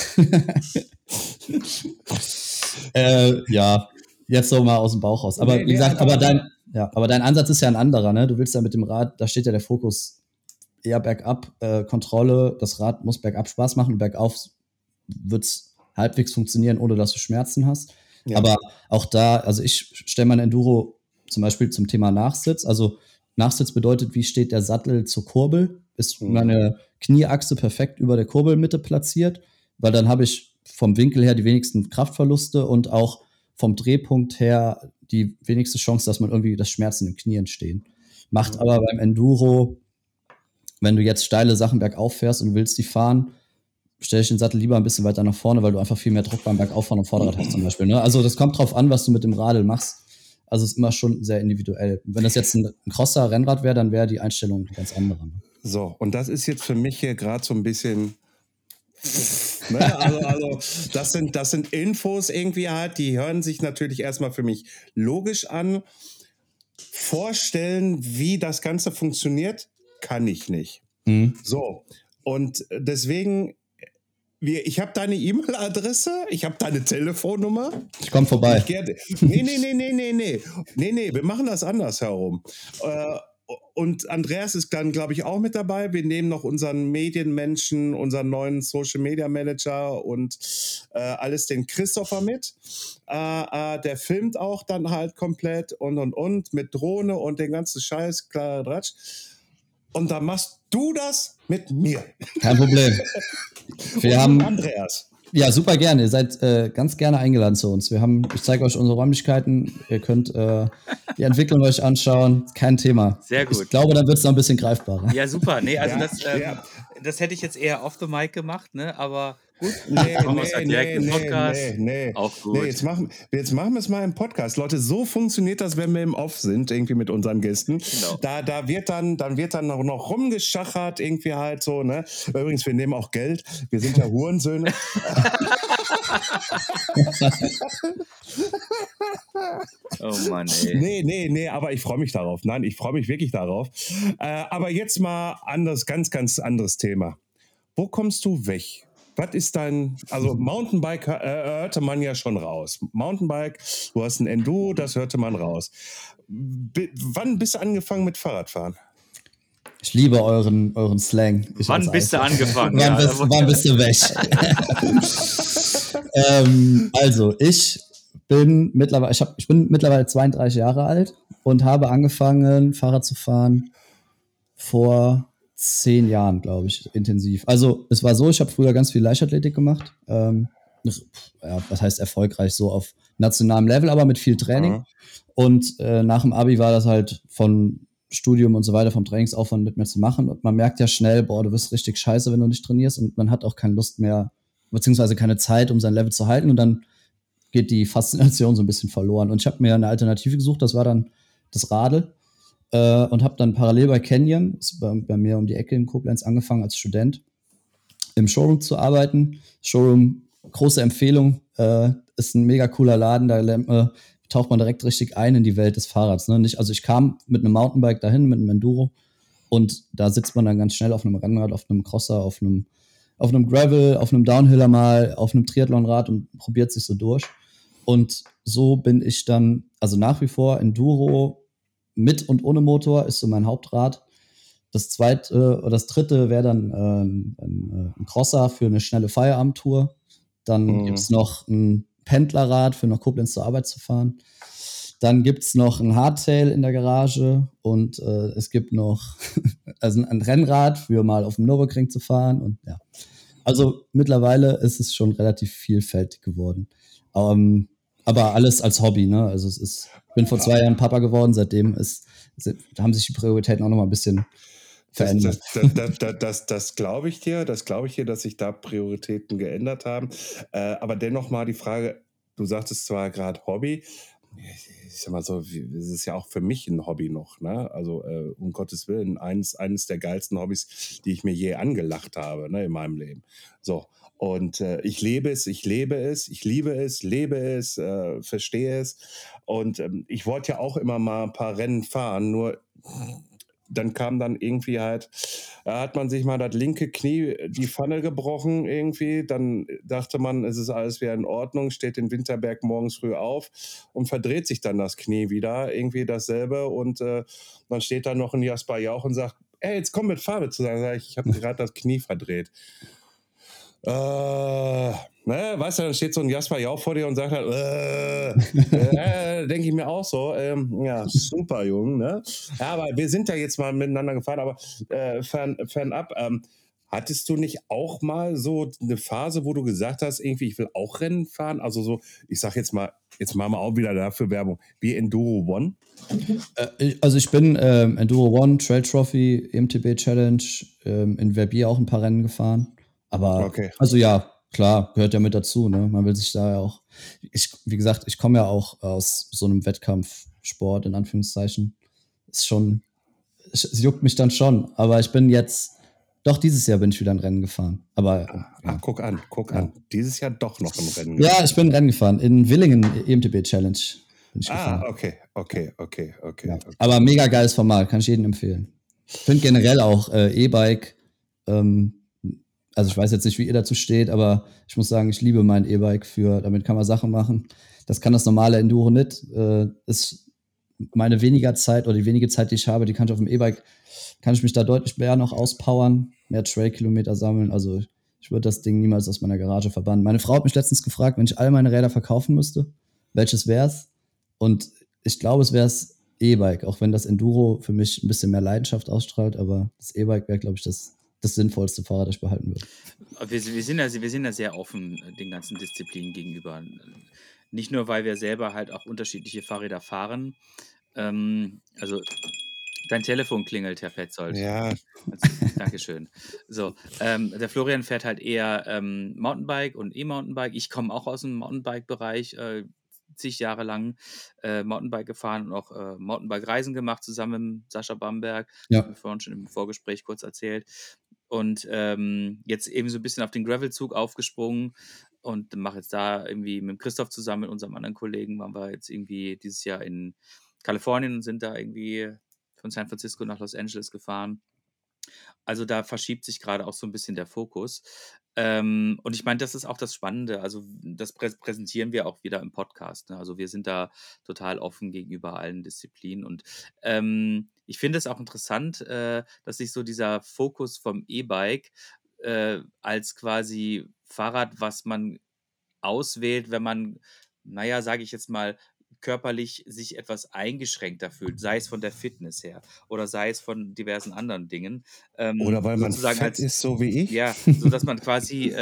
Ja, jetzt so mal aus dem Bauch raus. Aber wie gesagt, Ja, aber dein Ansatz ist ja ein anderer, ne? Du willst ja mit dem Rad, da steht ja der Fokus eher bergab, Kontrolle, das Rad muss bergab Spaß machen und bergauf wird es halbwegs funktionieren, ohne dass du Schmerzen hast. Ja. Aber auch da, also ich stelle mein Enduro zum Beispiel zum Thema Nachsitz. Also Nachsitz bedeutet, wie steht der Sattel zur Kurbel? Ist meine Knieachse perfekt über der Kurbelmitte platziert? Weil dann habe ich vom Winkel her die wenigsten Kraftverluste und auch vom Drehpunkt her die wenigste Chance, dass man irgendwie das Schmerzen im Knie entstehen. Macht aber beim Enduro, wenn du jetzt steile Sachen bergauf fährst und willst die fahren, stelle ich den Sattel lieber ein bisschen weiter nach vorne, weil du einfach viel mehr Druck beim Bergauffahren und Vorderrad hast zum Beispiel. Ne? Also das kommt drauf an, was du mit dem Radl machst. Also es ist immer schon sehr individuell. Wenn das jetzt ein Crosser Rennrad wäre, dann wäre die Einstellung eine ganz andere. Ne? So, und das ist jetzt für mich hier gerade so ein bisschen... Ne? Also das sind Infos irgendwie halt, die hören sich natürlich erstmal für mich logisch an. Vorstellen, wie das Ganze funktioniert, kann ich nicht. So, und deswegen, ich habe deine E-Mail-Adresse, ich habe deine Telefonnummer. Ich komme vorbei. Nee, wir machen das anders herum. Und Andreas ist dann, glaube ich, auch mit dabei. Wir nehmen noch unseren Medienmenschen, unseren neuen Social-Media-Manager und alles den Christopher mit. Der filmt auch dann halt komplett und mit Drohne und den ganzen Scheiß, klar, Dratsch. Und dann machst du das mit mir. Kein Problem. Wir haben Andreas. Ja, super gerne. Ihr seid ganz gerne eingeladen zu uns. Ich zeige euch unsere Räumlichkeiten. Ihr könnt die Entwicklung euch anschauen. Kein Thema. Sehr gut. Ich glaube, dann wird es noch ein bisschen greifbarer. Ja, super. Nee, also Ja, das hätte ich jetzt eher off the mic gemacht, ne? Aber gut. Nee, Machen wir es halt direkt im Podcast. Auch gut. Nee, jetzt machen wir es mal im Podcast. Leute, so funktioniert das, wenn wir im Off sind, irgendwie mit unseren Gästen. Genau. Da wird dann noch rumgeschachert, irgendwie halt so, ne? Übrigens, wir nehmen auch Geld. Wir sind ja Hurensöhne. Oh Mann, ey. Nee, aber ich freue mich darauf. Nein, ich freue mich wirklich darauf. Aber jetzt mal ganz anderes Thema. Wo kommst du weg? Was ist also Mountainbike hörte man ja schon raus. Mountainbike, du hast ein Enduro, das hörte man raus. Wann bist du angefangen mit Fahrradfahren? Ich liebe euren Slang. Wann bist du angefangen? Wann bist du weg? Also, ich bin mittlerweile 32 Jahre alt und habe angefangen, Fahrrad zu fahren vor 10 Jahren, glaube ich, intensiv. Also es war so, ich habe früher ganz viel Leichtathletik gemacht. Was heißt erfolgreich, so auf nationalem Level, aber mit viel Training. Und nach dem Abi war das halt von Studium und so weiter, vom Trainingsaufwand nicht mehr zu machen. Und man merkt ja schnell, du wirst richtig scheiße, wenn du nicht trainierst. Und man hat auch keine Lust mehr, beziehungsweise keine Zeit, um sein Level zu halten. Und dann geht die Faszination so ein bisschen verloren. Und ich habe mir eine Alternative gesucht, das war dann das Radl. Und habe dann parallel bei Canyon, ist bei mir um die Ecke in Koblenz, angefangen als Student im Showroom zu arbeiten. Showroom, große Empfehlung, ist ein mega cooler Laden, da taucht man direkt richtig ein in die Welt des Fahrrads. Ne? Also ich kam mit einem Mountainbike dahin, mit einem Enduro und da sitzt man dann ganz schnell auf einem Rennrad, auf einem Crosser, auf einem Gravel, auf einem Downhiller mal, auf einem Triathlonrad und probiert sich so durch. Und so bin ich dann, also nach wie vor Enduro mit und ohne Motor ist so mein Hauptrad. Das dritte wäre dann ein Crosser für eine schnelle Feierabendtour. Dann gibt es noch ein Pendlerrad für nach Koblenz zur Arbeit zu fahren. Dann gibt es noch ein Hardtail in der Garage und es gibt noch also ein Rennrad für mal auf dem Nürburgring zu fahren. Und ja, also mittlerweile ist es schon relativ vielfältig geworden. Aber alles als Hobby, ne? Also ich bin vor 2 Jahren Papa geworden, seitdem haben sich die Prioritäten auch noch mal ein bisschen verändert. Das glaube ich dir, dass sich da Prioritäten geändert haben. Aber dennoch mal die Frage, du sagtest zwar gerade Hobby, ich sag mal so, es ist ja auch für mich ein Hobby noch, ne? Also um Gottes Willen, eines der geilsten Hobbys, die ich mir je angelacht habe, ne, in meinem Leben. So. Und ich lebe es, liebe es, verstehe es. Und ich wollte ja auch immer mal ein paar Rennen fahren, nur dann kam dann irgendwie halt, da hat man sich mal das linke Knie, die Pfanne gebrochen irgendwie, dann dachte man, es ist alles wieder in Ordnung, steht in Winterberg morgens früh auf und verdreht sich dann das Knie wieder, irgendwie dasselbe und dann steht da noch ein Jasper Jauch und sagt, ey, jetzt komm mit Farbe zusammen. Sag ich habe gerade das Knie verdreht. Weißt du, dann steht so ein Jasper Jauch vor dir und sagt halt, denke ich mir auch so, ja, super, Jung, ne? Ja, aber wir sind ja jetzt mal miteinander gefahren, aber fernab, hattest du nicht auch mal so eine Phase, wo du gesagt hast, irgendwie, ich will auch Rennen fahren? Also so, ich sag jetzt machen wir auch wieder dafür Werbung, wie Enduro One? Also ich bin Enduro One, Trail Trophy, EMTB Challenge, in Verbier auch ein paar Rennen gefahren. Aber Okay. also ja, klar, gehört ja mit dazu, ne? Man will sich da ja auch, wie gesagt, ich komme ja auch aus so einem Wettkampfsport, in Anführungszeichen. Ist schon, es juckt mich dann schon. Aber ich bin jetzt, doch dieses Jahr bin ich wieder ein Rennen gefahren. Aber ja. Guck an. Dieses Jahr doch noch ein Rennen. Ja, ich bin ein Rennen gefahren. In Willingen, EMTB Challenge bin ich gefahren. Okay. Ja. Aber mega geiles Format, kann ich jedem empfehlen. Ich finde generell auch E-Bike, also ich weiß jetzt nicht, wie ihr dazu steht, aber ich muss sagen, ich liebe mein E-Bike damit kann man Sachen machen. Das kann das normale Enduro nicht. Ist meine weniger Zeit oder die wenige Zeit, die ich habe, die kann ich auf dem E-Bike, kann ich mich da deutlich mehr noch auspowern, mehr Trail-Kilometer sammeln. Also ich würde das Ding niemals aus meiner Garage verbannen. Meine Frau hat mich letztens gefragt, wenn ich all meine Räder verkaufen müsste, welches wär's? Und ich glaube, es wär's E-Bike, auch wenn das Enduro für mich ein bisschen mehr Leidenschaft ausstrahlt, aber das E-Bike wäre, glaube ich, das sinnvollste Fahrrad, das ich behalten würde. Wir sind ja sehr offen den ganzen Disziplinen gegenüber. Nicht nur, weil wir selber halt auch unterschiedliche Fahrräder fahren. Also, dein Telefon klingelt, Herr Petzold. Ja. Dankeschön. So, der Florian fährt halt eher Mountainbike und E-Mountainbike. Ich komme auch aus dem Mountainbike-Bereich, zig Jahre lang Mountainbike gefahren und auch Mountainbike-Reisen gemacht, zusammen mit Sascha Bamberg. Ja. Das habe ich vorhin schon im Vorgespräch kurz erzählt. Und jetzt eben so ein bisschen auf den Gravelzug aufgesprungen und mache jetzt da irgendwie mit Christoph zusammen, mit unserem anderen Kollegen, waren wir jetzt irgendwie dieses Jahr in Kalifornien und sind da irgendwie von San Francisco nach Los Angeles gefahren. Also da verschiebt sich gerade auch so ein bisschen der Fokus. Und ich meine, das ist auch das Spannende. Also das präsentieren wir auch wieder im Podcast. Ne? Also wir sind da total offen gegenüber allen Disziplinen. Und ich finde es auch interessant, dass sich so dieser Fokus vom E-Bike als quasi Fahrrad, was man auswählt, wenn man, naja, sage ich jetzt mal, körperlich sich etwas eingeschränkter fühlt, sei es von der Fitness her oder sei es von diversen anderen Dingen. Oder weil man sozusagen fett ist, so wie ich. Ja, so dass man quasi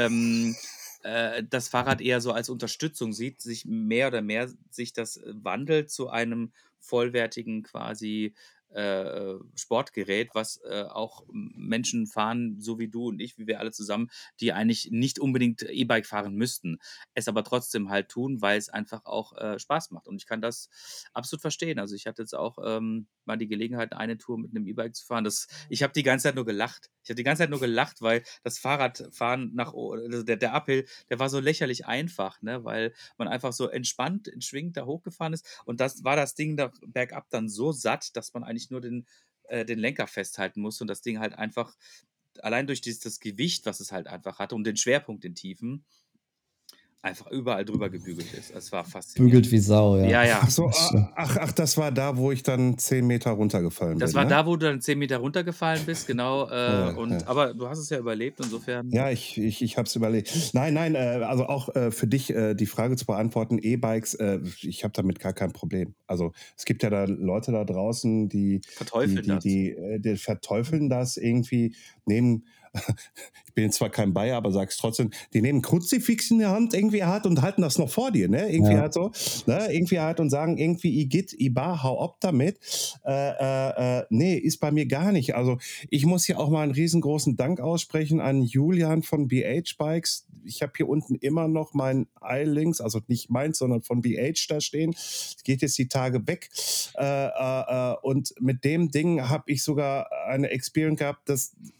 das Fahrrad eher so als Unterstützung sieht, sich mehr oder mehr sich das wandelt zu einem vollwertigen quasi Sportgerät, was auch Menschen fahren, so wie du und ich, wie wir alle zusammen, die eigentlich nicht unbedingt E-Bike fahren müssten, es aber trotzdem halt tun, weil es einfach auch Spaß macht. Und ich kann das absolut verstehen. Also ich hatte jetzt auch mal die Gelegenheit, eine Tour mit einem E-Bike zu fahren. Ich habe die ganze Zeit nur gelacht. Weil das Fahrradfahren also der Uphill, der war so lächerlich einfach, ne? Weil man einfach so entspannt, entschwingt da hochgefahren ist. Und das war das Ding da bergab dann so satt, dass man eigentlich nur den Lenker festhalten musste und das Ding halt einfach allein durch das Gewicht, was es halt einfach hatte und den Schwerpunkt in Tiefen, einfach überall drüber gebügelt ist. Es war faszinierend. Bügelt wie Sau, ja. Ja. Ach so, das war da, wo ich dann 10 Meter runtergefallen bin. Das war ne? da, wo du dann 10 Meter runtergefallen bist, genau. Ja. Aber du hast es ja überlebt, insofern. Ja, ich habe es überlegt. Nein, also auch für dich die Frage zu beantworten, E-Bikes, ich habe damit gar kein Problem. Also es gibt ja da Leute da draußen, die verteufeln das irgendwie, nehmen, ich bin jetzt zwar kein Bayer, aber sag's trotzdem, die nehmen Kruzifix in der Hand irgendwie hart und halten das noch vor dir, ne? Irgendwie halt so, ne? Irgendwie halt und sagen irgendwie, Igitt, Ibar, hau ab damit. Nee, ist bei mir gar nicht. Also ich muss hier auch mal einen riesengroßen Dank aussprechen an Julian von BH Bikes. Ich habe hier unten immer noch mein iLinks, also nicht meins, sondern von BH da stehen. Geht jetzt die Tage weg. Und mit dem Ding habe ich sogar eine Experience gehabt,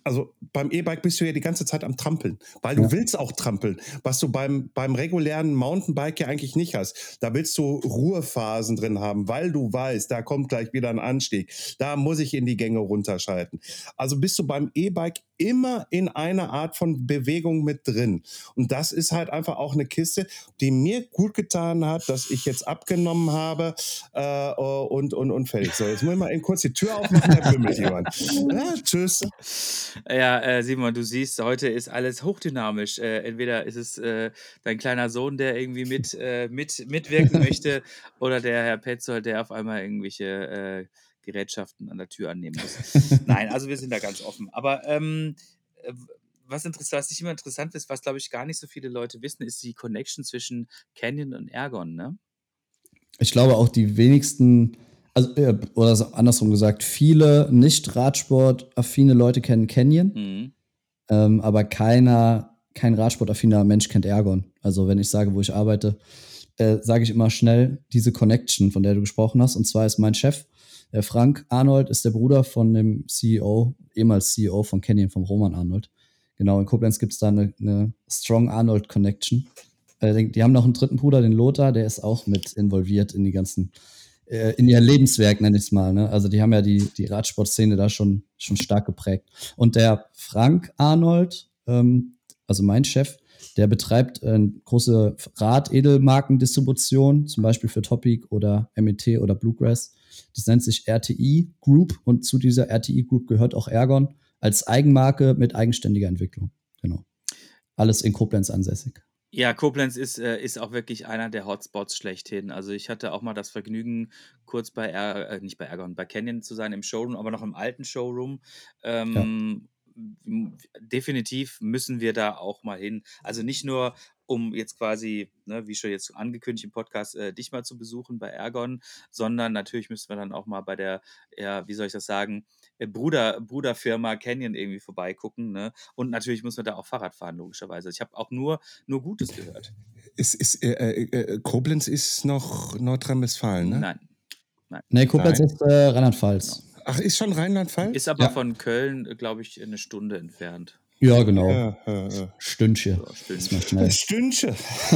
also beim E-Bike bist du ja die ganze Zeit am Trampeln, weil du willst auch trampeln, was du beim regulären Mountainbike ja eigentlich nicht hast. Da willst du Ruhephasen drin haben, weil du weißt, da kommt gleich wieder ein Anstieg, da muss ich in die Gänge runterschalten. Also bist du beim E-Bike immer in einer Art von Bewegung mit drin. Und das ist halt einfach auch eine Kiste, die mir gut getan hat, dass ich jetzt abgenommen habe und fertig. So, jetzt muss ich mal eben kurz die Tür aufmachen, der bimmelt jemand. Ja, tschüss. Ja, Simon, du siehst, heute ist alles hochdynamisch. Entweder ist es dein kleiner Sohn, der irgendwie mitwirken möchte, oder der Herr Petzold, der auf einmal irgendwelche Gerätschaften an der Tür annehmen muss. Nein, also wir sind da ganz offen. Aber was ich immer interessant ist, was glaube ich gar nicht so viele Leute wissen, ist die Connection zwischen Canyon und Ergon, ne? Ich glaube auch die wenigsten, also oder so andersrum gesagt, viele nicht Radsport-affine Leute kennen Canyon, aber kein Radsport-affiner Mensch kennt Ergon. Also wenn ich sage, wo ich arbeite, sage ich immer schnell diese Connection, von der du gesprochen hast. Und zwar ist mein Chef, der Frank Arnold, ist der Bruder von dem CEO, ehemals CEO von Canyon, vom Roman Arnold. Genau, in Koblenz gibt es da eine Strong Arnold Connection. Die haben noch einen dritten Bruder, den Lothar, der ist auch mit involviert in die ganzen, in ihr Lebenswerk, nenne ich es mal. Ne? Also die haben ja die Radsportszene da schon stark geprägt. Und der Frank Arnold, also mein Chef, der betreibt große Rad-Edelmarkendistribution, zum Beispiel für Topic oder MET oder Bluegrass. Das nennt sich RTI Group und zu dieser RTI Group gehört auch Ergon als Eigenmarke mit eigenständiger Entwicklung. Genau. Alles in Koblenz ansässig. Ja, Koblenz ist auch wirklich einer der Hotspots schlechthin. Also ich hatte auch mal das Vergnügen, kurz nicht bei Ergon, bei Canyon zu sein im Showroom, aber noch im alten Showroom. Definitiv müssen wir da auch mal hin. Also nicht nur, um jetzt quasi, ne, wie schon jetzt angekündigt im Podcast, dich mal zu besuchen bei Ergon, sondern natürlich müssen wir dann auch mal bei der, ja, wie soll ich das sagen, Bruderfirma Canyon irgendwie vorbeigucken. Ne? Und natürlich muss man da auch Fahrrad fahren, logischerweise. Ich habe auch nur Gutes gehört. Koblenz ist noch Nordrhein-Westfalen, ne? Nein. Nee, Koblenz ist Rheinland-Pfalz. Genau. Ach, ist schon Rheinland-Pfalz? Ist aber von Köln, glaube ich, eine Stunde entfernt. Ja, genau. Ja. Stündchen. Ja, Ist mal schnell. Stündchen.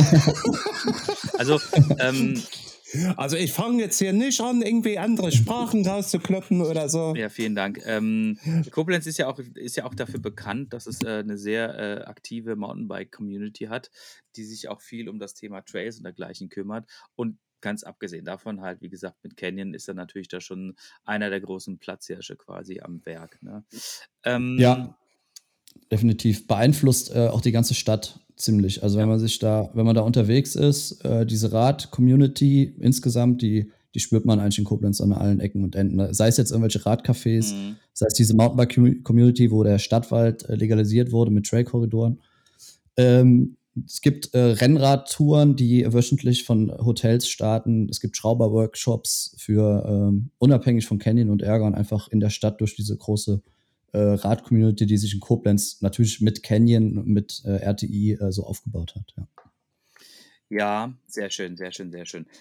Also, ich fange jetzt hier nicht an, irgendwie andere Sprachen rauszuklöppen oder so. ja, vielen Dank. Koblenz ist ja auch dafür bekannt, dass es eine sehr aktive Mountainbike-Community hat, die sich auch viel um das Thema Trails und dergleichen kümmert. Und ganz abgesehen davon halt, wie gesagt, mit Canyon ist er natürlich da schon einer der großen Platzhirsche quasi am Werk. Ne? Ja, definitiv. Beeinflusst auch die ganze Stadt ziemlich. Also wenn man da unterwegs ist, diese Rad-Community insgesamt, die spürt man eigentlich in Koblenz an allen Ecken und Enden. Sei es jetzt irgendwelche Radcafés, sei es diese Mountainbike-Community, wo der Stadtwald legalisiert wurde mit Trailkorridoren. Es gibt Rennradtouren, die wöchentlich von Hotels starten. Es gibt Schrauberworkshops für unabhängig von Canyon und Ergon einfach in der Stadt durch diese große Rad-Community, die sich in Koblenz natürlich mit Canyon, mit RTI so aufgebaut hat. Ja, sehr schön, sehr schön, sehr schön.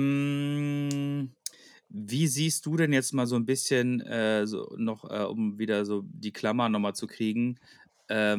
Wie siehst du denn jetzt mal so ein bisschen um wieder so die Klammer nochmal zu kriegen? Der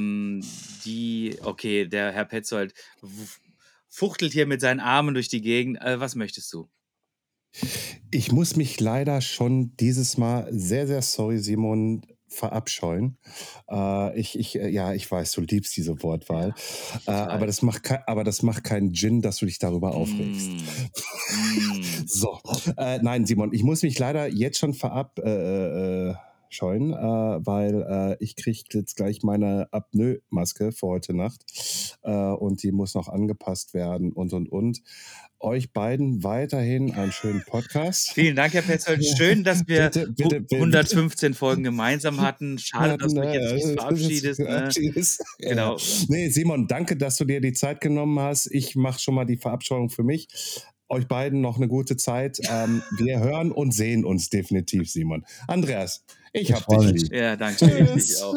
Herr Petzold fuchtelt hier mit seinen Armen durch die Gegend. Was möchtest du? Ich muss mich leider schon dieses Mal sehr, sehr sorry, Simon, verabscheuen. Ich weiß, du liebst diese Wortwahl. Aber das macht keinen Gin, dass du dich darüber aufregst. So. Nein, Simon, ich muss mich leider jetzt schon verabscheuen, weil ich kriege jetzt gleich meine Apnoe-Maske für heute Nacht und die muss noch angepasst werden und. Euch beiden weiterhin einen schönen Podcast. Vielen Dank, Herr Petzold. Schön, dass wir 115 Folgen gemeinsam hatten. Schade, dass du dich jetzt nicht verabschiedest. Ne? Genau. Nee, Simon, danke, dass du dir die Zeit genommen hast. Ich mache schon mal die Verabscheuung für mich. Euch beiden noch eine gute Zeit. Wir hören und sehen uns definitiv, Simon. Andreas, ich hab dich lieb. Ja, danke. Ich auch.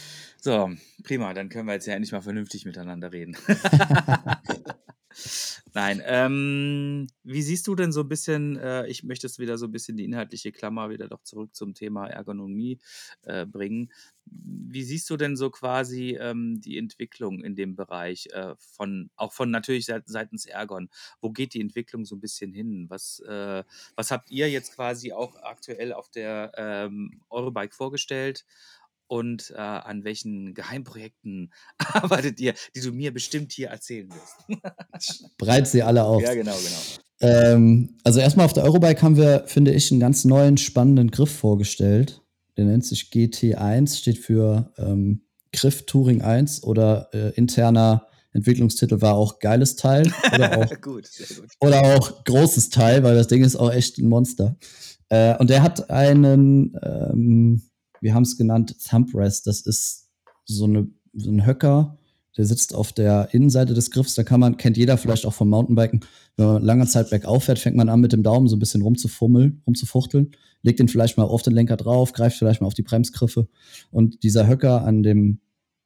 So, prima. Dann können wir jetzt ja endlich mal vernünftig miteinander reden. Nein, wie siehst du denn so ein bisschen, ich möchte es wieder so ein bisschen die inhaltliche Klammer wieder doch zurück zum Thema Ergonomie, bringen. Wie siehst du denn so quasi, die Entwicklung in dem Bereich, von natürlich seitens Ergon? Wo geht die Entwicklung so ein bisschen hin? Was habt ihr jetzt quasi auch aktuell auf der, Eurobike vorgestellt und, an welchen Geheimprojekten arbeitet ihr, die du mir bestimmt hier erzählen wirst? Breit sie alle auf. Ja, genau. Also erstmal auf der Eurobike haben wir, finde ich, einen ganz neuen, spannenden Griff vorgestellt. Der nennt sich GT1, steht für Griff Touring 1 oder interner Entwicklungstitel war auch geiles Teil oder auch, Gut, sehr gut. oder auch großes Teil, weil das Ding ist auch echt ein Monster. Und der hat einen, wir haben es genannt, Thumb Rest. Das ist so ein Höcker, der sitzt auf der Innenseite des Griffs. Da kennt jeder vielleicht auch vom Mountainbiken, wenn man lange Zeit bergauf fährt, fängt man an mit dem Daumen so ein bisschen rumzufuchteln, legt den vielleicht mal auf den Lenker drauf, greift vielleicht mal auf die Bremsgriffe. Und dieser Höcker an dem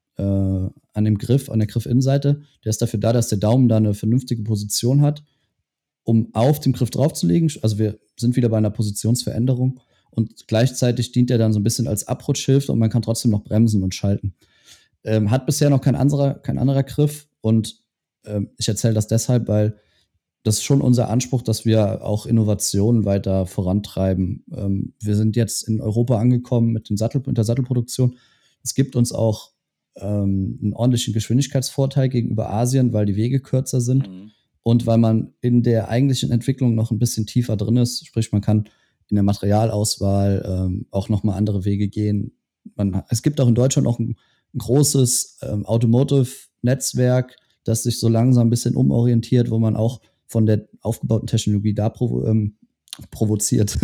Griff, an der Griffinnenseite, der ist dafür da, dass der Daumen da eine vernünftige Position hat, um auf dem Griff draufzulegen. Also wir sind wieder bei einer Positionsveränderung und gleichzeitig dient er dann so ein bisschen als Abrutschhilfe und man kann trotzdem noch bremsen und schalten. Hat bisher noch kein anderer Griff und ich erzähle das deshalb, weil das ist schon unser Anspruch, dass wir auch Innovationen weiter vorantreiben. Wir sind jetzt in Europa angekommen mit der Sattelproduktion. Es gibt uns auch einen ordentlichen Geschwindigkeitsvorteil gegenüber Asien, weil die Wege kürzer sind und weil man in der eigentlichen Entwicklung noch ein bisschen tiefer drin ist. Sprich, man kann in der Materialauswahl auch nochmal andere Wege gehen. Es gibt auch in Deutschland noch ein großes Automotive-Netzwerk, das sich so langsam ein bisschen umorientiert, wo man auch von der aufgebauten Technologie da profitiert.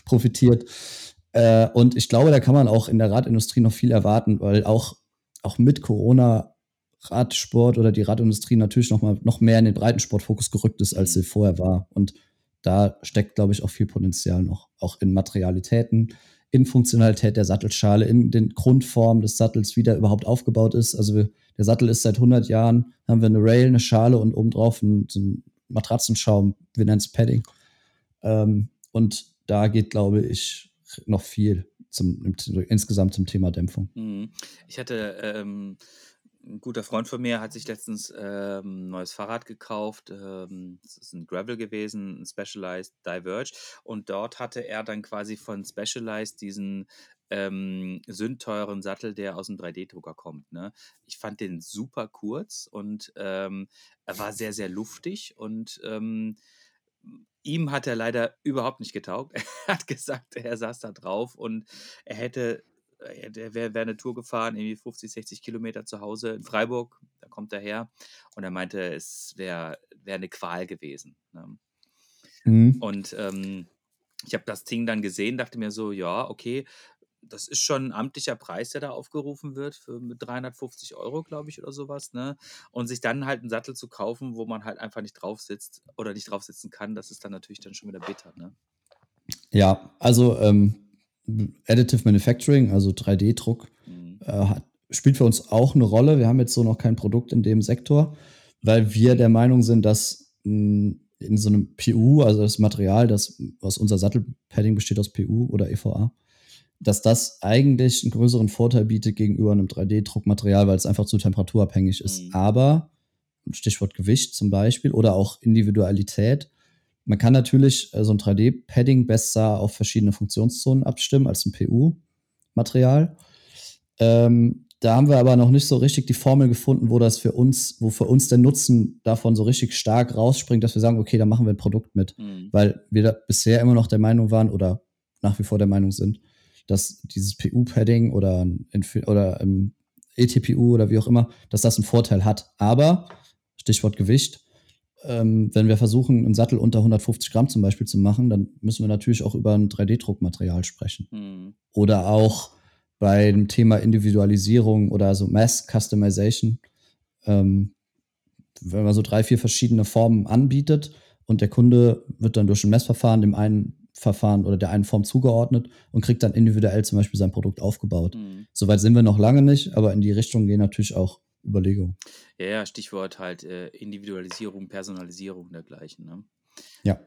Und ich glaube, da kann man auch in der Radindustrie noch viel erwarten, weil auch mit Corona Radsport oder die Radindustrie natürlich noch mehr in den Breitensportfokus gerückt ist, als sie vorher war. Und da steckt, glaube ich, auch viel Potenzial noch, auch in Materialitäten, in Funktionalität der Sattelschale, in den Grundformen des Sattels, wie der überhaupt aufgebaut ist. Also der Sattel ist seit 100 Jahren, haben wir eine Rail, eine Schale und obendrauf so ein Matratzenschaum, wir nennen es Padding. Und da geht, glaube ich, noch viel insgesamt zum Thema Dämpfung. Ich hatte ein guter Freund von mir hat sich letztens ein neues Fahrrad gekauft. Das ist ein Gravel gewesen, ein Specialized Diverge. Und dort hatte er dann quasi von Specialized diesen sündteuren Sattel, der aus dem 3D-Drucker kommt. Ne? Ich fand den super kurz und er war sehr, sehr luftig und ihm hat er leider überhaupt nicht getaugt. Er hat gesagt, er saß da drauf und er wäre eine Tour gefahren, irgendwie 50, 60 Kilometer zu Hause in Freiburg, da kommt er her und er meinte, es wäre eine Qual gewesen. Ne? Und ich habe das Ding dann gesehen, dachte mir so, ja, okay, das ist schon ein amtlicher Preis, der da aufgerufen wird, mit 350 €, glaube ich, oder sowas. Ne? Und sich dann halt einen Sattel zu kaufen, wo man halt einfach nicht drauf sitzt oder nicht drauf sitzen kann, das ist dann natürlich dann schon wieder bitter. Ne? Ja, also Additive Manufacturing, also 3D-Druck, spielt für uns auch eine Rolle. Wir haben jetzt so noch kein Produkt in dem Sektor, weil wir der Meinung sind, dass in so einem PU, also das Material, das aus unser Sattelpadding besteht aus PU oder EVA, dass das eigentlich einen größeren Vorteil bietet gegenüber einem 3D-Druckmaterial, weil es einfach zu temperaturabhängig ist. Aber, Stichwort Gewicht zum Beispiel oder auch Individualität, man kann natürlich so ein 3D-Padding besser auf verschiedene Funktionszonen abstimmen als ein PU-Material. Da haben wir aber noch nicht so richtig die Formel gefunden, wo für uns der Nutzen davon so richtig stark rausspringt, dass wir sagen, okay, da machen wir ein Produkt mit. Weil wir da bisher immer noch der Meinung waren oder nach wie vor der Meinung sind, dass dieses PU-Padding oder ETPU oder wie auch immer, dass das einen Vorteil hat. Aber, Stichwort Gewicht, wenn wir versuchen, einen Sattel unter 150 Gramm zum Beispiel zu machen, dann müssen wir natürlich auch über ein 3D-Druckmaterial sprechen. Oder auch beim Thema Individualisierung oder so Mass Customization, wenn man so 3, 4 verschiedene Formen anbietet und der Kunde wird dann durch ein Messverfahren dem einen Verfahren oder der einen Form zugeordnet und kriegt dann individuell zum Beispiel sein Produkt aufgebaut. Soweit sind wir noch lange nicht, aber in die Richtung gehen natürlich auch Überlegung. Ja, Stichwort halt Individualisierung, Personalisierung dergleichen. Ne? Ja.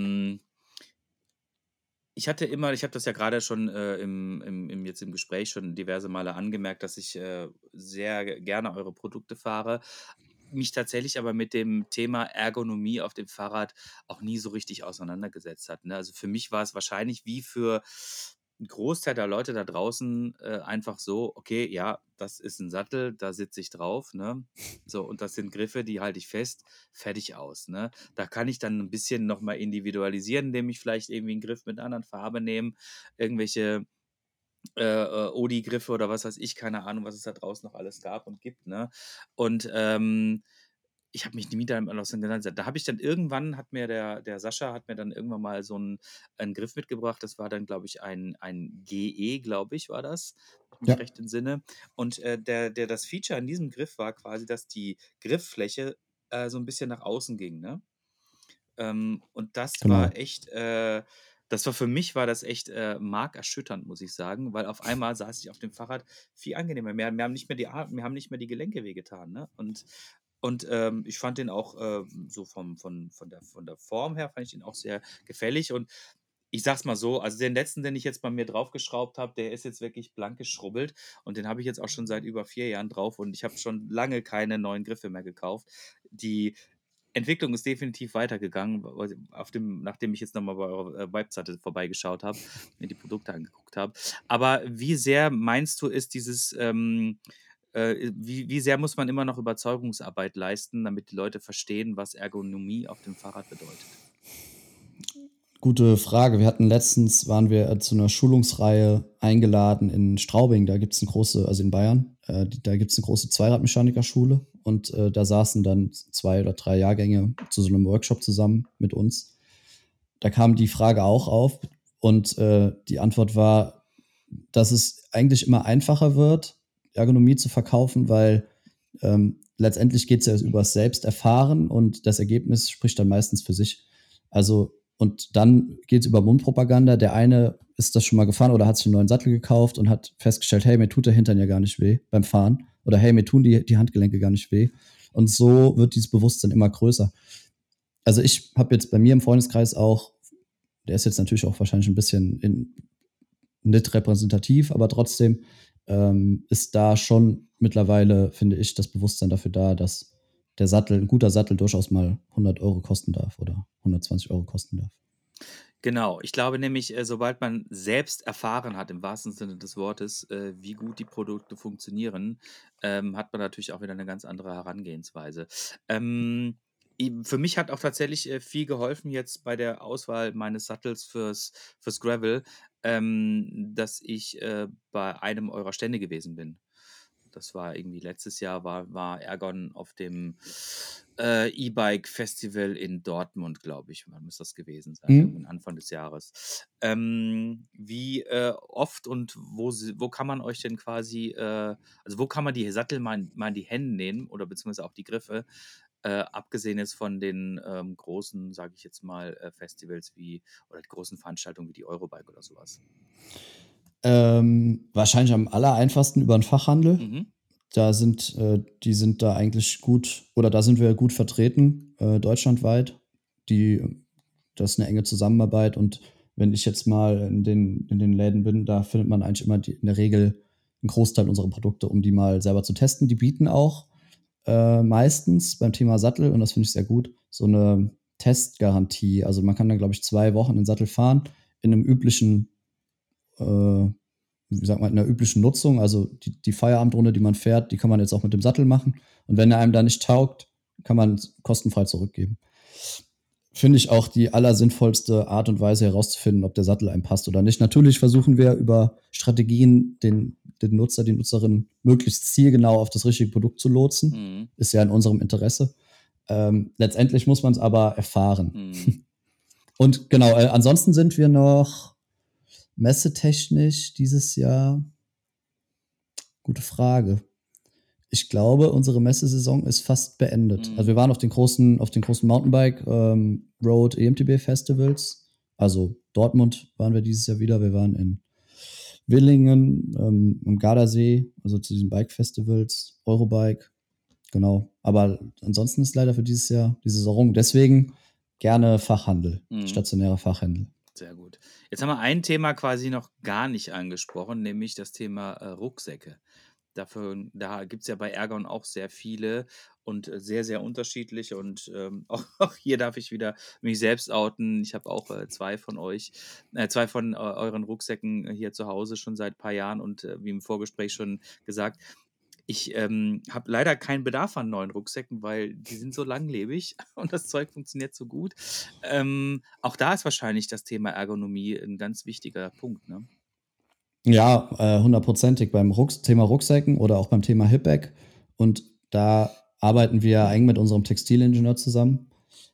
Ich habe das ja gerade schon jetzt im Gespräch schon diverse Male angemerkt, dass ich sehr gerne eure Produkte fahre, mich tatsächlich aber mit dem Thema Ergonomie auf dem Fahrrad auch nie so richtig auseinandergesetzt hat. Ne? Also für mich war es wahrscheinlich wie für einen Großteil der Leute da draußen einfach so, okay, ja, das ist ein Sattel, da sitze ich drauf, ne? So, und das sind Griffe, die halte ich fest, fertig aus, ne? Da kann ich dann ein bisschen nochmal individualisieren, indem ich vielleicht irgendwie einen Griff mit einer anderen Farbe nehme, irgendwelche Odi-Griffe oder was weiß ich, keine Ahnung, was es da draußen noch alles gab und gibt, ne? Und ich habe mich nie damit auseinandergesetzt. Da habe ich dann irgendwann, der Sascha hat mir dann irgendwann mal so einen Griff mitgebracht. Das war dann, glaube ich, ein GE, glaube ich, war das, wenn ich mich Ja. recht entsinne. Und das Feature an diesem Griff war quasi, dass die Grifffläche so ein bisschen nach außen ging, ne? Und das Genau. war echt, für mich war das echt markerschütternd, muss ich sagen, weil auf einmal saß ich auf dem Fahrrad viel angenehmer. Mir haben nicht mehr mir haben nicht mehr die Gelenke wehgetan, ne? Und ich fand den auch so von der Form her, fand ich den auch sehr gefällig. Und ich sag's mal so, also den letzten, den ich jetzt bei mir draufgeschraubt habe, der ist jetzt wirklich blank geschrubbelt. Und den habe ich jetzt auch schon seit über 4 Jahren drauf. Und ich habe schon lange keine neuen Griffe mehr gekauft. Die Entwicklung ist definitiv weitergegangen, nachdem ich jetzt nochmal bei eurer Webseite vorbeigeschaut habe, mir die Produkte angeguckt habe. Aber wie sehr meinst du, ist wie sehr muss man immer noch Überzeugungsarbeit leisten, damit die Leute verstehen, was Ergonomie auf dem Fahrrad bedeutet? Gute Frage. Waren wir zu einer Schulungsreihe eingeladen in Straubing. Da gibt es also in Bayern, da gibt es eine große Zweiradmechanikerschule und da saßen dann 2 oder 3 Jahrgänge zu so einem Workshop zusammen mit uns. Da kam die Frage auch auf und die Antwort war, dass es eigentlich immer einfacher wird, Ergonomie zu verkaufen, weil letztendlich geht es ja über das Selbsterfahren und das Ergebnis spricht dann meistens für sich. Also, und dann geht es über Mundpropaganda. Der eine ist das schon mal gefahren oder hat sich einen neuen Sattel gekauft und hat festgestellt, hey, mir tut der Hintern ja gar nicht weh beim Fahren. Oder hey, mir tun die Handgelenke gar nicht weh. Und so wird dieses Bewusstsein immer größer. Also ich habe jetzt bei mir im Freundeskreis auch, der ist jetzt natürlich auch wahrscheinlich ein bisschen nicht repräsentativ, aber trotzdem ist da schon mittlerweile, finde ich, das Bewusstsein dafür da, dass ein guter Sattel durchaus mal 100 Euro kosten darf oder 120 Euro kosten darf. Genau, ich glaube nämlich, sobald man selbst erfahren hat, im wahrsten Sinne des Wortes, wie gut die Produkte funktionieren, hat man natürlich auch wieder eine ganz andere Herangehensweise. Für mich hat auch tatsächlich viel geholfen jetzt bei der Auswahl meines Sattels fürs Gravel, dass ich bei einem eurer Stände gewesen bin. Das war irgendwie letztes Jahr, war Ergon auf dem E-Bike-Festival in Dortmund, glaube ich. Wann muss das gewesen sein? Irgendwann Anfang des Jahres. Wie oft und wo kann man euch denn quasi, also wo kann man die Sattel mal in die Hände nehmen oder beziehungsweise auch die Griffe, abgesehen jetzt von den großen, sage ich jetzt mal, Festivals oder die großen Veranstaltungen wie die Eurobike oder sowas? Wahrscheinlich am allereinfachsten über den Fachhandel. Mhm. Die sind da eigentlich gut, oder da sind wir gut vertreten, deutschlandweit. Das ist eine enge Zusammenarbeit und wenn ich jetzt mal in den Läden bin, da findet man eigentlich immer in der Regel einen Großteil unserer Produkte, um die mal selber zu testen. Die bieten auch meistens beim Thema Sattel, und das finde ich sehr gut, so eine Testgarantie. Also man kann dann, glaube ich, 2 Wochen den Sattel fahren in einem üblichen in einer üblichen Nutzung, also die Feierabendrunde, die man fährt, die kann man jetzt auch mit dem Sattel machen. Und wenn er einem da nicht taugt, kann man kostenfrei zurückgeben. Finde ich auch die allersinnvollste Art und Weise herauszufinden, ob der Sattel einem passt oder nicht. Natürlich versuchen wir über Strategien den Nutzer, die Nutzerin möglichst zielgenau auf das richtige Produkt zu lotsen. Mhm. Ist ja in unserem Interesse. Letztendlich muss man es aber erfahren. Mhm. Und genau, ansonsten sind wir noch messetechnisch dieses Jahr. Gute Frage. Ich glaube, unsere Messesaison ist fast beendet. Also wir waren auf den großen Mountainbike Road EMTB Festivals. Also Dortmund waren wir dieses Jahr wieder. Wir waren in Willingen, am Gardasee, also zu diesen Bike-Festivals, Eurobike. Genau. Aber ansonsten ist leider für dieses Jahr die Saison rum. Deswegen gerne Fachhandel, stationärer Fachhandel. Sehr gut. Jetzt haben wir ein Thema quasi noch gar nicht angesprochen, nämlich das Thema Rucksäcke. Da gibt es ja bei Ergon auch sehr viele und sehr, sehr unterschiedliche. Und auch hier darf ich wieder mich selbst outen. Ich habe auch zwei von euren Rucksäcken hier zu Hause schon seit ein paar Jahren und wie im Vorgespräch schon gesagt, ich habe leider keinen Bedarf an neuen Rucksäcken, weil die sind so langlebig und das Zeug funktioniert so gut. Auch da ist wahrscheinlich das Thema Ergonomie ein ganz wichtiger Punkt, ne? Ja, 100%ig beim Thema Rucksäcken oder auch beim Thema Hipbag. Und da arbeiten wir eng mit unserem Textilingenieur zusammen.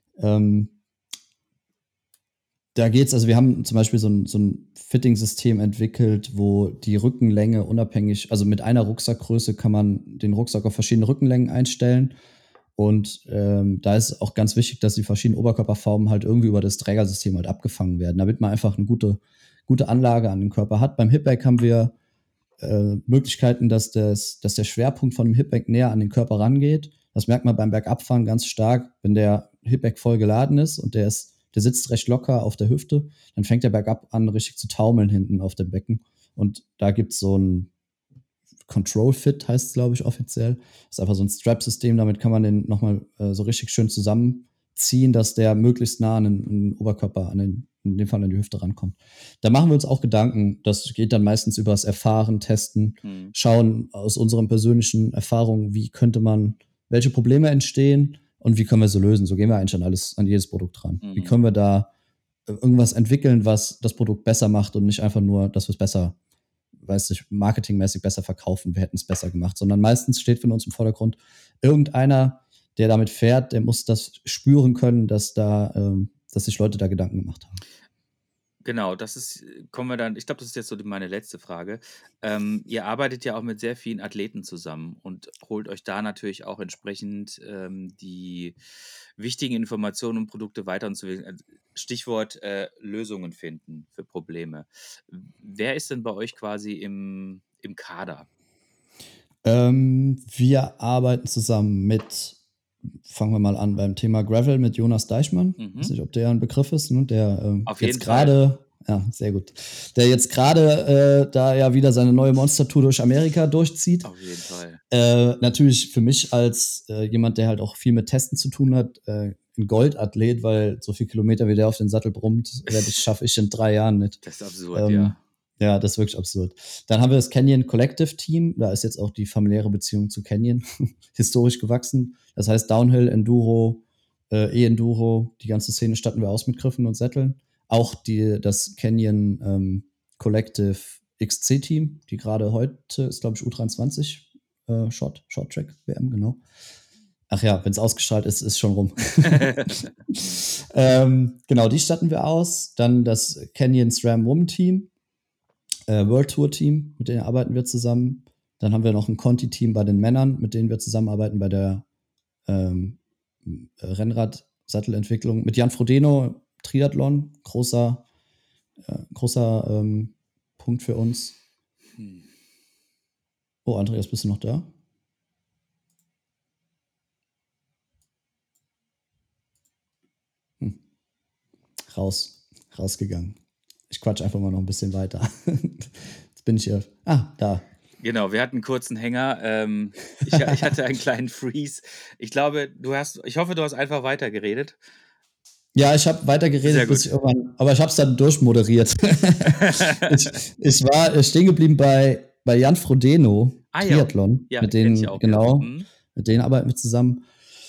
Da geht's, also wir haben zum Beispiel so ein Fitting-System entwickelt, wo die Rückenlänge unabhängig, also mit einer Rucksackgröße kann man den Rucksack auf verschiedene Rückenlängen einstellen. Und da ist auch ganz wichtig, dass die verschiedenen Oberkörperformen halt irgendwie über das Trägersystem halt abgefangen werden, damit man einfach eine gute Anlage an den Körper hat. Beim Hipbag haben wir Möglichkeiten, dass der Schwerpunkt von dem Hipbag näher an den Körper rangeht. Das merkt man beim Bergabfahren ganz stark, wenn der Hipbag voll geladen ist und der sitzt recht locker auf der Hüfte, dann fängt der bergab an, richtig zu taumeln hinten auf dem Becken. Und da gibt es so ein Control Fit, heißt es, glaube ich, offiziell. Das ist einfach so ein Strap-System, damit kann man den nochmal so richtig schön zusammenziehen, dass der möglichst nah an den Oberkörper, in dem Fall an die Hüfte rankommt. Da machen wir uns auch Gedanken. Das geht dann meistens über das Erfahren, Testen, schauen aus unseren persönlichen Erfahrungen, welche Probleme entstehen und wie können wir sie lösen. So gehen wir eigentlich an jedes Produkt ran. Wie können wir da irgendwas entwickeln, was das Produkt besser macht und nicht einfach nur, dass wir es besser, marketingmäßig besser verkaufen, wir hätten es besser gemacht, sondern meistens steht für uns im Vordergrund irgendeiner, der damit fährt, der muss das spüren können, dass sich Leute da Gedanken gemacht haben. Genau, kommen wir dann, ich glaube, das ist jetzt so meine letzte Frage. Ihr arbeitet ja auch mit sehr vielen Athleten zusammen und holt euch da natürlich auch entsprechend die wichtigen Informationen und Produkte weiter und Stichwort Lösungen finden für Probleme. Wer ist denn bei euch quasi im Kader? Wir arbeiten zusammen fangen wir mal an beim Thema Gravel mit Jonas Deichmann. Ich weiß nicht, ob der ein Begriff ist, ne? Der Auf jetzt jeden gerade, ja, sehr gut. Der jetzt gerade da ja wieder seine neue Monster-Tour durch Amerika durchzieht. Auf jeden Fall. Natürlich für mich als jemand, der halt auch viel mit Testen zu tun hat, ein Goldathlet, weil so viele Kilometer wie der auf den Sattel brummt, schaffe ich in 3 Jahren nicht. Das ist absurd, ja. Ja, das ist wirklich absurd. Dann haben wir das Canyon Collective Team. Da ist jetzt auch die familiäre Beziehung zu Canyon historisch gewachsen. Das heißt Downhill, Enduro, E-Enduro, die ganze Szene statten wir aus mit Griffen und Sätteln. Auch das Canyon Collective XC Team, die gerade heute ist, glaube ich, U23 Short Track WM, genau. Ach ja, wenn es ausgestrahlt ist, ist schon rum. Genau, die statten wir aus. Dann das Canyon SRAM Woman Team. World Tour Team, mit denen arbeiten wir zusammen. Dann haben wir noch ein Conti-Team bei den Männern, mit denen wir zusammenarbeiten bei der Rennrad-Sattelentwicklung. Mit Jan Frodeno, Triathlon, großer Punkt für uns. Oh, Andreas, bist du noch da? Rausgegangen. Ich quatsch einfach mal noch ein bisschen weiter. Jetzt bin ich hier. Da. Genau, wir hatten einen kurzen Hänger. Ich hatte einen kleinen Freeze. Ich hoffe, du hast einfach weitergeredet. Ja, ich habe weitergeredet, aber ich habe es dann durchmoderiert. ich war stehen geblieben bei Jan Frodeno, Triathlon. Ja, mit denen, ich auch, genau, mit denen arbeiten wir zusammen.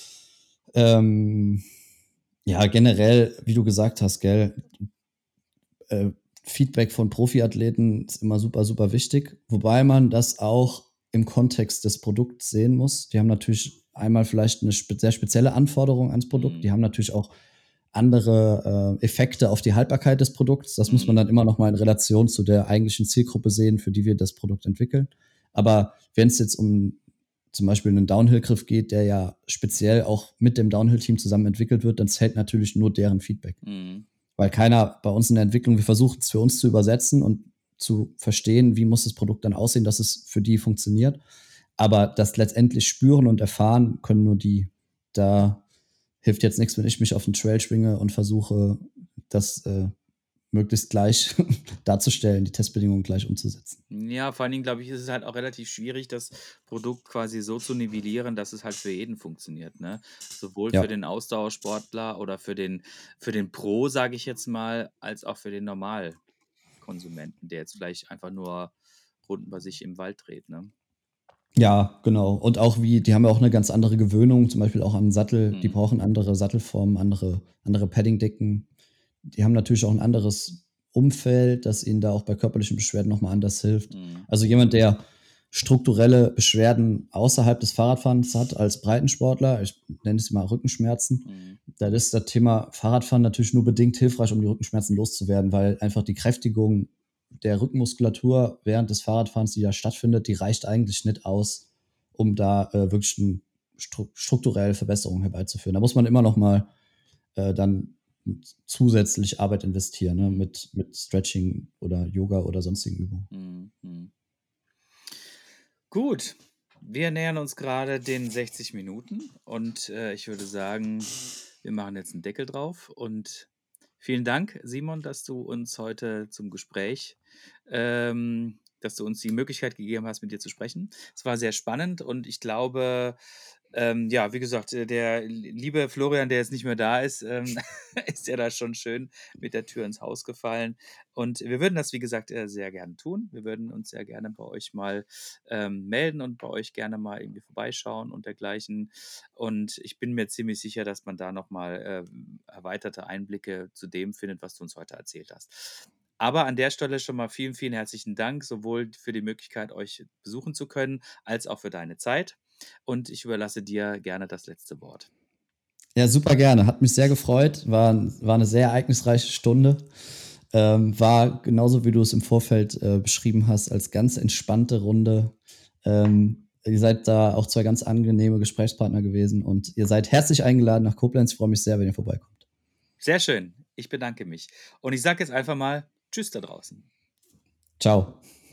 Ja, generell, wie du gesagt hast, gell, Feedback von Profiathleten ist immer super, super wichtig, wobei man das auch im Kontext des Produkts sehen muss. Die haben natürlich einmal vielleicht eine sehr spezielle Anforderung ans Produkt, die haben natürlich auch andere Effekte auf die Haltbarkeit des Produkts. Das muss man dann immer noch mal in Relation zu der eigentlichen Zielgruppe sehen, für die wir das Produkt entwickeln. Aber wenn es jetzt um zum Beispiel einen Downhill-Griff geht, der ja speziell auch mit dem Downhill-Team zusammen entwickelt wird, dann zählt natürlich nur deren Feedback. Weil keiner bei uns in der Entwicklung, wir versuchen es für uns zu übersetzen und zu verstehen, wie muss das Produkt dann aussehen, dass es für die funktioniert. Aber das letztendlich spüren und erfahren können nur die. Da hilft jetzt nichts, wenn ich mich auf den Trail schwinge und versuche, das möglichst gleich darzustellen, die Testbedingungen gleich umzusetzen. Ja, vor allen Dingen, glaube ich, ist es halt auch relativ schwierig, das Produkt quasi so zu nivellieren, dass es halt für jeden funktioniert, ne? Sowohl für Ja, den Ausdauersportler oder für den Pro, sage ich jetzt mal, als auch für den Normalkonsumenten, der jetzt vielleicht einfach nur Runden bei sich im Wald dreht, ne? ja, genau. Und auch die haben ja auch eine ganz andere Gewöhnung, zum Beispiel auch an Sattel. Die Mhm. brauchen andere Sattelformen, andere Paddingdicken. Die haben natürlich auch ein anderes Umfeld, das ihnen da auch bei körperlichen Beschwerden nochmal anders hilft. Mhm. Also jemand, der strukturelle Beschwerden außerhalb des Fahrradfahrens hat als Breitensportler, ich nenne es mal Rückenschmerzen, Mhm. da ist das Thema Fahrradfahren natürlich nur bedingt hilfreich, um die Rückenschmerzen loszuwerden, weil einfach die Kräftigung der Rückenmuskulatur während des Fahrradfahrens, die da stattfindet, die reicht eigentlich nicht aus, um da wirklich eine strukturelle Verbesserung herbeizuführen. Da muss man immer noch mal dann zusätzlich Arbeit investieren, ne? Mhm. Mit Stretching oder Yoga oder sonstigen Übungen. Mhm. Mhm. Gut, wir nähern uns gerade den 60 Minuten und ich würde sagen, wir machen jetzt einen Deckel drauf. Und vielen Dank, Simon, dass du uns heute zum Gespräch, dass du uns die Möglichkeit gegeben hast, mit dir zu sprechen. Es war sehr spannend und ich glaube, ja, wie gesagt, der liebe Florian, der jetzt nicht mehr da ist, ist ja da schon schön mit der Tür ins Haus gefallen. Und wir würden das, wie gesagt, sehr gerne tun. Wir würden uns sehr gerne bei euch mal melden und bei euch gerne mal irgendwie vorbeischauen und dergleichen. Und ich bin mir ziemlich sicher, dass man da nochmal erweiterte Einblicke zu dem findet, was du uns heute erzählt hast. Aber an der Stelle schon mal vielen, vielen herzlichen Dank, sowohl für die Möglichkeit, euch besuchen zu können, als auch für deine Zeit. Und ich überlasse dir gerne das letzte Wort. Ja, super gerne. Hat mich sehr gefreut. War eine sehr ereignisreiche Stunde. War genauso, wie du es im Vorfeld beschrieben hast, als ganz entspannte Runde. Ihr seid da auch zwei ganz angenehme Gesprächspartner gewesen und ihr seid herzlich eingeladen nach Koblenz. Ich freue mich sehr, wenn ihr vorbeikommt. Sehr schön. Ich bedanke mich. Und ich sage jetzt einfach mal Tschüss da draußen. Ciao.